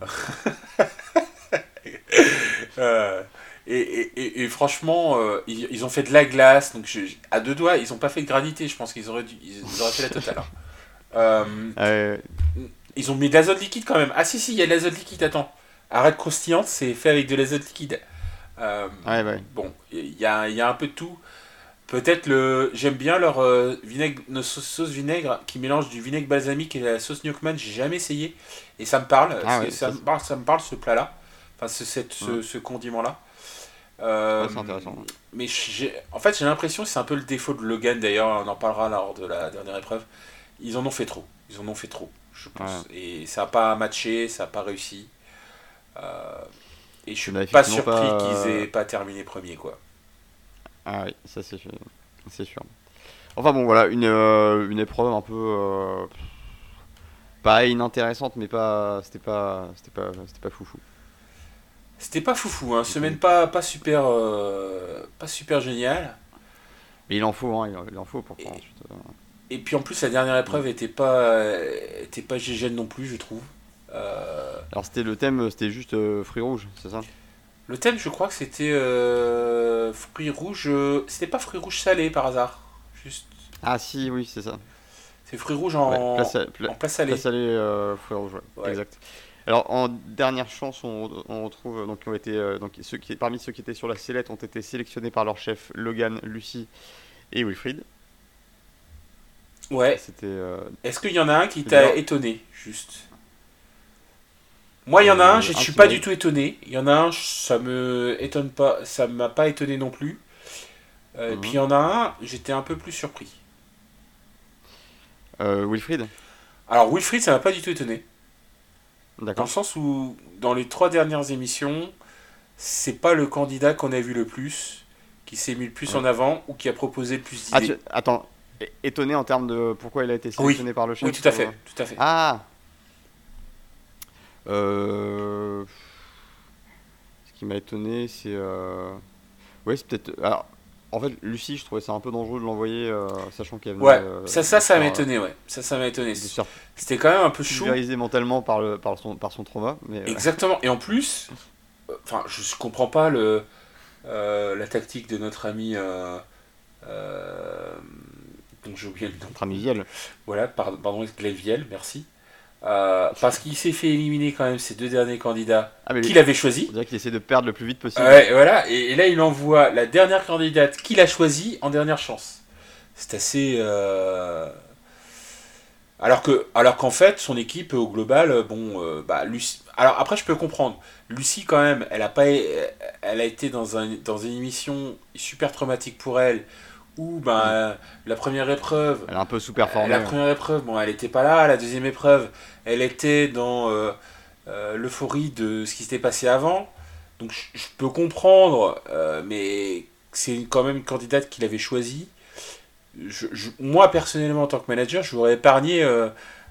Euh, et, et, et, et franchement, euh, ils, ils ont fait de la glace. Donc je- à deux doigts, ils ont pas fait de granité. Je pense qu'ils auraient, dû, ils auraient fait la totale. Hein. Euh, Euh, Ils ont mis de l'azote liquide quand même. Ah si, si, il y a de l'azote liquide, attends. Arrête croustillante, c'est fait avec de l'azote liquide. Euh, ouais, ouais. Bon, il y a, il y a un peu de tout. Peut-être le... J'aime bien leur euh, vinaigre, nos sauce, sauce vinaigre qui mélange du vinaigre balsamique et la sauce gnocchman. J'ai jamais essayé. Et ça me parle. Ah c'est- ouais, ça, ça, me c'est- parle ça me parle ce plat-là. Enfin, ce, cette, ce, ouais. ce condiment-là. Euh, Ouais, c'est intéressant. mais j'ai- en fait, j'ai l'impression que c'est un peu le défaut de Logan. D'ailleurs, on en parlera lors de la dernière épreuve. Ils en ont fait trop. Ils en ont fait trop, je pense. Ouais. Et ça n'a pas matché, ça n'a pas réussi. Euh, et je suis On a pas effectivement surpris pas, qu'ils euh, aient pas terminé premier, quoi. Ah oui, ça c'est sûr. C'est sûr. Enfin bon, voilà, une, euh, une épreuve un peu euh, pas inintéressante, mais pas, c'était pas, c'était pas, c'était pas foufou. C'était pas foufou, hein. Semaine pas, pas super, euh, pas super géniale. Mais il en faut, hein, il en, il en faut pour Et, pouvoir ensuite. euh, et puis en plus, la dernière épreuve était pas, était pas gégène non plus, je trouve. Euh, Alors c'était le thème, c'était juste euh, fruits rouges, c'est ça? le thème, je crois que c'était euh, fruits rouges. euh, C'était pas fruits rouges salés par hasard. Juste, Ah si, oui, c'est ça. c'est fruits rouges Ouais, en, plat, sa- pla- en plat salé. plat salé, euh, fruits rouges, ouais, Ouais. exact. Alors en dernière chance, on, on retrouve euh, donc qui ont été euh, donc ceux qui parmi ceux qui étaient sur la sellette ont été sélectionnés par leur chef Logan, Lucie et Wilfried. Ouais. C'était euh, Est-ce qu'il y en a un qui c'est t'a bien. étonné, juste? Moi, il y en a un, Euh, je un suis qui pas m'a du tout étonné. Il y en a un, ça me étonne pas, ça m'a pas étonné non plus. Euh, et puis il y Mhm. en a un, j'étais un peu plus surpris. euh, Wilfried, Alors Wilfried, ça m'a pas du tout étonné. Dans le d'accord. sens où, dans les trois dernières émissions, c'est pas le candidat qu'on a vu le plus, qui s'est mis le plus Ouais. en avant ou qui a proposé le plus Ah, d'idées. tu- attends, é- étonné en termes de pourquoi il a été Oui, sélectionné par le chef oui, tout à ou, fait, euh, tout à fait. Ah, Euh, Ce qui m'a étonné, c'est. Euh... Ouais, c'est peut-être. Alors, en fait, Lucie, je trouvais ça un peu dangereux de l'envoyer, euh, sachant qu'elle venait Ouais, euh, ça, de ça, se ça faire, m'a euh, étonné, ouais. Ça, ça m'a étonné. de se faire C'était quand même un peu chaud. pulvériser mentalement par, le, par, son, par son trauma. Mais, euh, Exactement. Et en plus, euh, enfin, je comprends pas le, euh, la tactique de notre ami, euh, euh, dont j'ai oublié le nom. Tramisiel. Voilà, pardon, pardon Glenviel, merci. Euh, parce qu'il s'est fait éliminer quand même ces deux derniers candidats Ah, mais qu'il lui, avait on choisis. dirait qu'il essaie de perdre le plus vite possible. Ouais, voilà, et, et là il envoie la dernière candidate qu'il a choisie en dernière chance. C'est assez. euh, Alors que, alors qu'en fait, son équipe au global, euh, bon, euh, bah, Lucie. Alors après, je peux comprendre. Lucie, quand même, elle a pas, elle a été dans un, dans une émission super traumatique pour elle, où Hmm. ben la première épreuve, Elle est un peu euh, la sous-performée. première épreuve, bon, elle était pas là. La deuxième épreuve, elle était dans euh, euh, l'euphorie de ce qui s'était passé avant. Donc je, je peux comprendre, euh, mais c'est quand même une candidate qu'il avait choisie. Je, je- moi personnellement en tant que manager, je voudrais épargner euh,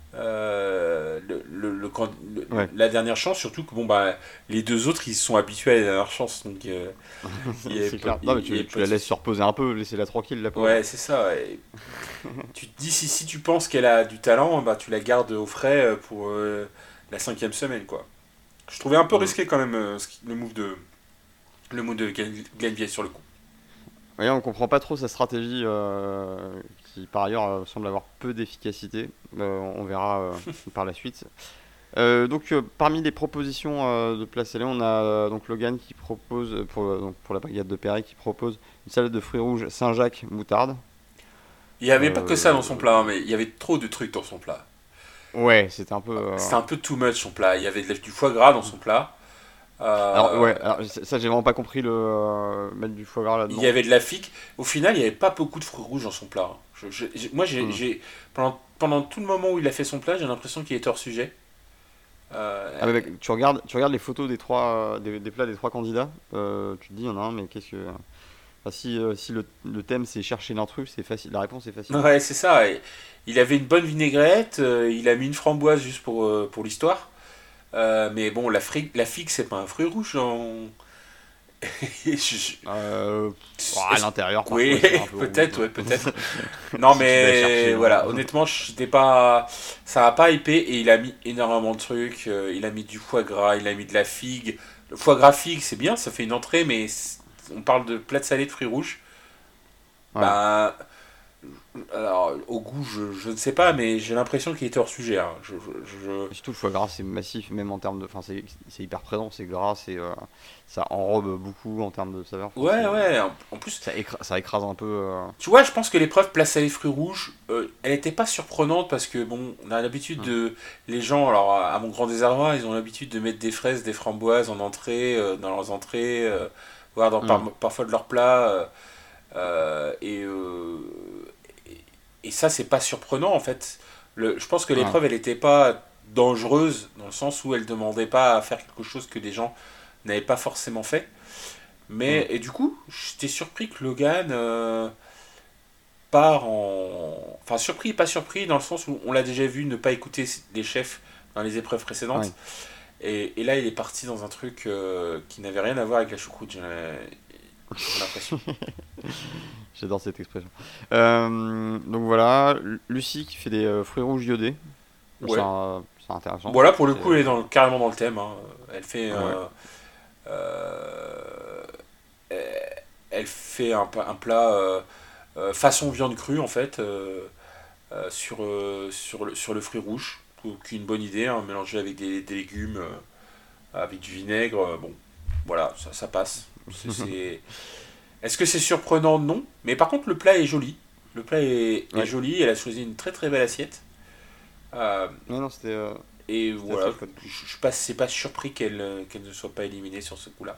euh, le, le- le can- le- Ouais, la dernière chance, surtout que bon bah les deux autres ils se sont habitués à la dernière chance, donc euh, il y avait c'est pas, clair. il Non, y- mais il y avait tu, tu pas de la laisses souci. se reposer un peu, laissez-la tranquille, la pauvre. Ouais, c'est ça. Ouais. Tu te dis si, si tu penses qu'elle a du talent, bah tu la gardes au frais euh, pour euh, la cinquième semaine quoi. Je trouvais un peu Hmm. risqué quand même euh, ce qui- le move de le move de Glenn Glenn Vies sur le coup. Ouais, on comprend pas trop sa stratégie, euh, qui par ailleurs euh, semble avoir peu d'efficacité. Euh, on verra euh, par la suite. Euh, donc euh, parmi les propositions euh, de Place Salée, on a euh, donc Logan qui propose euh, pour, euh, donc, pour la brigade de Perret qui propose une salade de fruits rouges Saint-Jacques moutarde. Il y avait pas que ça dans son Euh, plat, hein, mais il y avait trop de trucs dans son plat. ouais, c'était un peu. euh, C'était un peu too much son plat. Il y avait de la- du foie gras dans son plat. Alors Euh, ouais, alors, ça ça, j'ai vraiment pas compris le euh, mettre du foie gras il y là-dedans. avait de la figue. Au final, il n'y avait pas beaucoup de fruits rouges dans son plat. Je- je- j'ai- moi, j'ai, Hmm. j'ai- pendant, pendant tout le moment où il a fait son plat, j'ai l'impression qu'il était hors sujet. Euh, Ah, mais mec, tu regardes, tu regardes les photos des trois, euh, des, des plats des trois candidats, euh, tu te dis, il y en a un, mais qu'est-ce que. Enfin, si euh, si le, le thème c'est chercher l'intrus, c'est facile. La réponse est facile. ouais, c'est ça. Et il avait une bonne vinaigrette. Euh, il a mis une framboise juste pour, euh, pour l'histoire. Euh, mais bon, la, fri- la figue, c'est pas un fruit rouge. Dans- Je- je- Euh, ouah, à est-ce- l'intérieur, parfois, Oui, c'est un peu rouge. peut-être, ouais, peut-être. Non, Si tu vas mais chercher voilà, loin. honnêtement, j'étais pas, ça a pas hypé et il a mis énormément de trucs. euh, il a mis du foie gras, il a mis de la figue. Le foie gras figue, c'est bien, ça fait une entrée, mais c'est- on parle de plat de salé de fruits rouges. Ouais. Bah, alors, au goût, je, je ne sais pas, mais j'ai l'impression qu'il était hors sujet. Hein. Je, je- je- Et surtout, le foie gras, c'est massif, même en termes de. Enfin, c'est c'est hyper présent, c'est gras, c'est, euh, ça enrobe beaucoup en termes de saveur. Enfin, Ouais, c'est, ouais, en en plus, ça, écra- ça écrase un peu. euh, tu vois, je pense que l'épreuve place à les fruits rouges, euh, elle n'était pas surprenante parce que, bon, on a l'habitude hmm. de. Les gens, alors à mon grand désarroi, ils ont l'habitude de mettre des fraises, des framboises en entrée, euh, dans leurs entrées, euh, voire dans, Hmm. par- parfois de leurs plats. euh, euh, et, euh, et, et ça, c'est pas surprenant en fait. Le, je pense que Ouais. l'épreuve, elle n'était pas dangereuse dans le sens où elle demandait pas à faire quelque chose que des gens n'avaient pas forcément fait. Hmm. Mais, et du coup, j'étais surpris que Logan. euh, part en. Enfin, surpris et pas surpris, dans le sens où on l'a déjà vu ne pas écouter les chefs dans les épreuves Ouais. précédentes. Et, et là, il est parti dans un truc euh, qui n'avait rien à voir avec la choucroute, j'ai j'ai l'impression. J'adore cette expression. Euh, donc voilà, Lu- Lucie qui fait des euh, fruits rouges iodés. C'est Ouais. un- c'est intéressant. Voilà, pour le C'est, coup, elle est euh, dans, le- carrément dans le thème. Hein. Elle fait. ouais. euh, euh, elle fait un, pa- un plat euh, euh, façon viande crue, en fait, euh, euh, sur, euh, sur, le, sur le fruit rouge. Qui est une bonne idée, hein, mélangé avec des, des légumes, euh, avec du vinaigre. euh, bon, voilà, ça, ça passe. C'est, c'est- Est-ce que c'est surprenant? Non. Mais par contre, le plat est joli. Le plat est, est Ouais. joli. Elle a choisi une très très belle assiette. Euh, Non, non, c'était euh, et c'était voilà, assez fun. je je suis pas, c'est pas surpris qu'elle euh, qu'elle ne soit pas éliminée sur ce coup-là.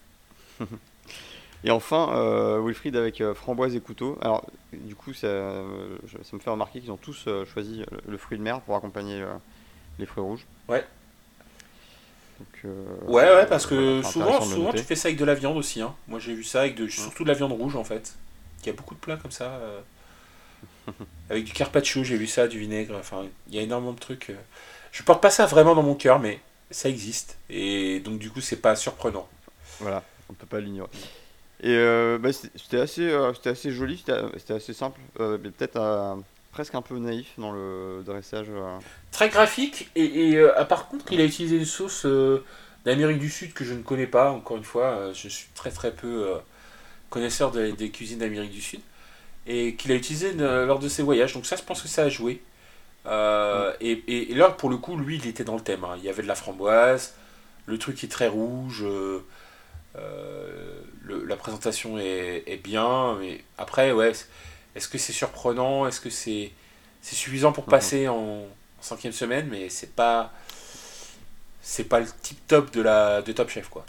Et enfin, euh, Wilfried avec euh, framboise et couteau. Alors, du coup, ça, euh, je- ça me fait remarquer qu'ils ont tous euh, choisi le, le fruit de mer pour accompagner euh, les fruits rouges. Ouais. Donc, euh, Ouais, ouais, parce voilà, que c'est souvent, intéressant de le souvent tu noter. fais ça avec de la viande aussi. Hein. Moi, j'ai vu ça avec de, Ouais. surtout de la viande rouge en fait. Il y a beaucoup de plats comme ça. euh, avec du carpaccio, j'ai vu ça, du vinaigre. Enfin, il y a énormément de trucs. euh. Je porte pas ça vraiment dans mon cœur, mais ça existe. Et donc du coup, c'est pas surprenant. Voilà, on peut pas l'ignorer. Et euh, bah, c'était c'était assez, euh, c'était assez joli, c'était c'était assez simple, euh, mais peut-être euh, presque un peu naïf dans le dressage. euh. Très graphique, et, et, euh, ah, par contre, il a utilisé une sauce euh, d'Amérique du Sud que je ne connais pas, encore une fois, euh, je suis très très peu euh, connaisseur de- des cuisines d'Amérique du Sud, et qu'il a utilisé euh, lors de ses voyages, donc ça je pense que ça a joué. Mm. Euh, et, et- et là, pour le coup, lui, il était dans le thème, hein. Il y avait de la framboise, le truc est très rouge, euh, euh, le- la présentation est, est bien, mais après, ouais, c'est- est-ce que c'est surprenant, est-ce que c'est c'est suffisant pour Mhm. passer en, en cinquième semaine, mais c'est pas c'est pas le tip top de la de Top Chef, quoi.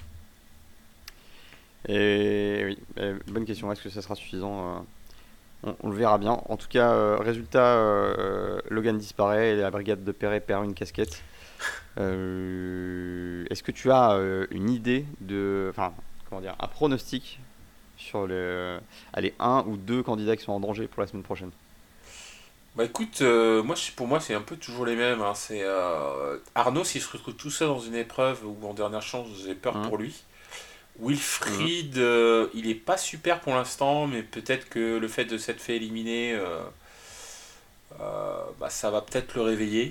Et oui, euh, bonne question, est-ce que ça sera suffisant? euh, on, on le verra bien. En tout cas, euh, résultat, euh, Logan disparaît et la brigade de Perret perd une casquette. Euh, est-ce que tu as euh, une idée de, enfin, comment dire, un pronostic sur le, allez, un ou deux candidats qui sont en danger pour la semaine prochaine? Bah écoute, euh, moi je- pour moi c'est un peu toujours les mêmes, hein. C'est euh, Arnaud s'il se retrouve tout seul dans une épreuve ou en dernière chance, j'ai peur Mhm. pour lui. Mhm. Wilfried, euh, il est pas super pour l'instant, mais peut-être que le fait de s'être fait éliminer, euh, euh, bah, ça va peut-être le réveiller.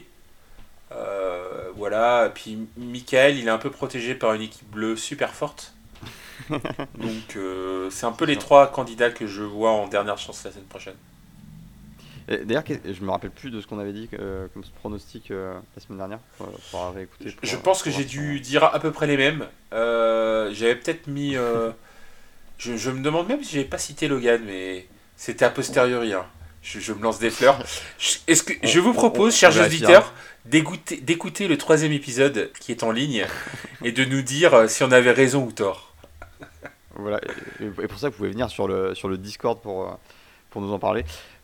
Euh, voilà, et puis Michael, il est un peu protégé par une équipe bleue super forte. Donc euh, c'est un peu C'est les sûr. trois candidats que je vois en dernière chance la semaine prochaine. Et d'ailleurs, qu'est- je me rappelle plus de ce qu'on avait dit euh, comme pronostic euh, la semaine dernière. Il faudra réécouter Je, pour, je euh, pense que pour j'ai voir si on... dû dire à peu près les mêmes. Euh, j'avais peut-être mis... euh, je, je me demande même si j'avais pas cité Logan, mais c'était a posteriori, hein. Je, je me lance des fleurs. Je, est-ce que, On, je vous on- propose, on- on chers vérifiera. auditeurs, d'écouter, d'écouter le troisième épisode qui est en ligne et de nous dire euh, si on avait raison ou tort. Voilà, et, et pour ça, vous pouvez venir sur le, sur le Discord pour, euh, pour nous en parler,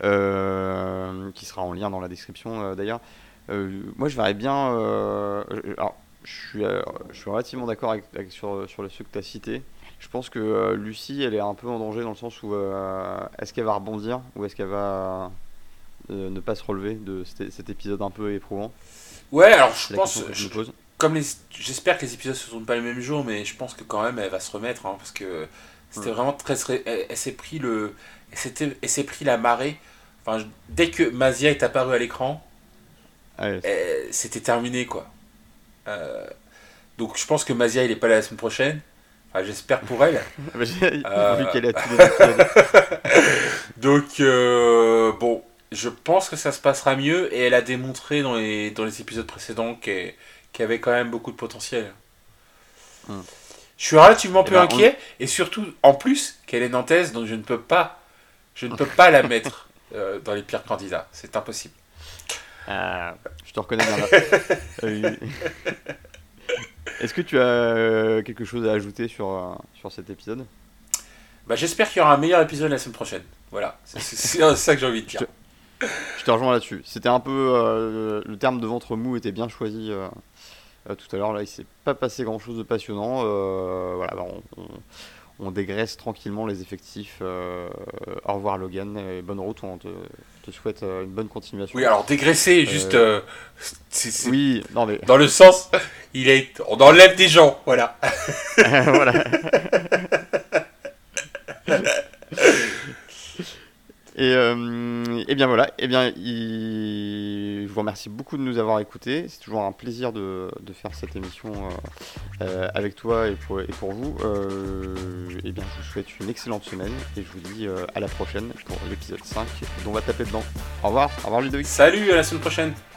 euh, qui sera en lien dans la description euh, d'ailleurs. Euh, moi, je verrais bien. euh, je- alors, je suis, euh, je suis relativement d'accord avec, avec- sur, sur le ceux que tu as cités. Je pense que euh, Lucie, elle est un peu en danger dans le sens où euh, est-ce qu'elle va rebondir ou est-ce qu'elle va euh, ne pas se relever de cet, cet épisode un peu éprouvant? Ouais, alors je C'est la pense, question que je je- me pose. comme les, j'espère que les épisodes se tournent pas le même jour, mais je pense que quand même elle va se remettre, hein, parce que c'était Hmm. vraiment très, très- elle, elle s'est pris le, elle s'était- elle s'est pris la marée. Enfin, je- dès que Mazia est apparue à l'écran, Allez, euh, c'était terminé, quoi. Euh, donc je pense que Mazia il est pas là la semaine prochaine. Enfin, j'espère pour elle. il vaut mieux Euh, qu'elle ait à tous les épisodes. donc euh, bon, je pense que ça se passera mieux et elle a démontré dans les dans les épisodes précédents qu'elle qu'elle avait quand même beaucoup de potentiel. Hmm. Je suis relativement Et peu ben, on... inquiet et surtout en plus qu'elle est nantaise, donc je ne peux pas je ne peux pas la mettre euh, dans les pires candidats, c'est impossible. Ah, je te reconnais bien là. Euh, Est-ce que tu as euh, quelque chose à ajouter sur, euh, sur cet épisode? Bah, j'espère qu'il y aura un meilleur épisode la semaine prochaine. Voilà, c'est c'est- c'est ça que j'ai envie de Je dire. te, je te rejoins là-dessus. C'était un peu. euh, le terme de ventre mou était bien choisi euh, euh, tout à l'heure. Là, il s'est pas passé grand-chose de passionnant. Euh, voilà, bah, on, on- on dégraisse tranquillement les effectifs. Euh, au revoir Logan et bonne route. On te, te souhaite euh, une bonne Oui, continuation. alors dégraisser, juste Euh, euh, c'est c'est oui, non mais. dans le sens, il est, on enlève des gens, voilà. Voilà. Et, euh, et bien voilà, et bien il- je vous remercie beaucoup de nous avoir écoutés. C'est toujours un plaisir de, de faire cette émission euh, euh, avec toi et pour, et pour vous. Euh, et bien je vous souhaite une excellente semaine et je vous dis euh, à la prochaine pour l'épisode cinq dont on va taper dedans. Au revoir, au revoir Ludovic. Salut, à la semaine prochaine.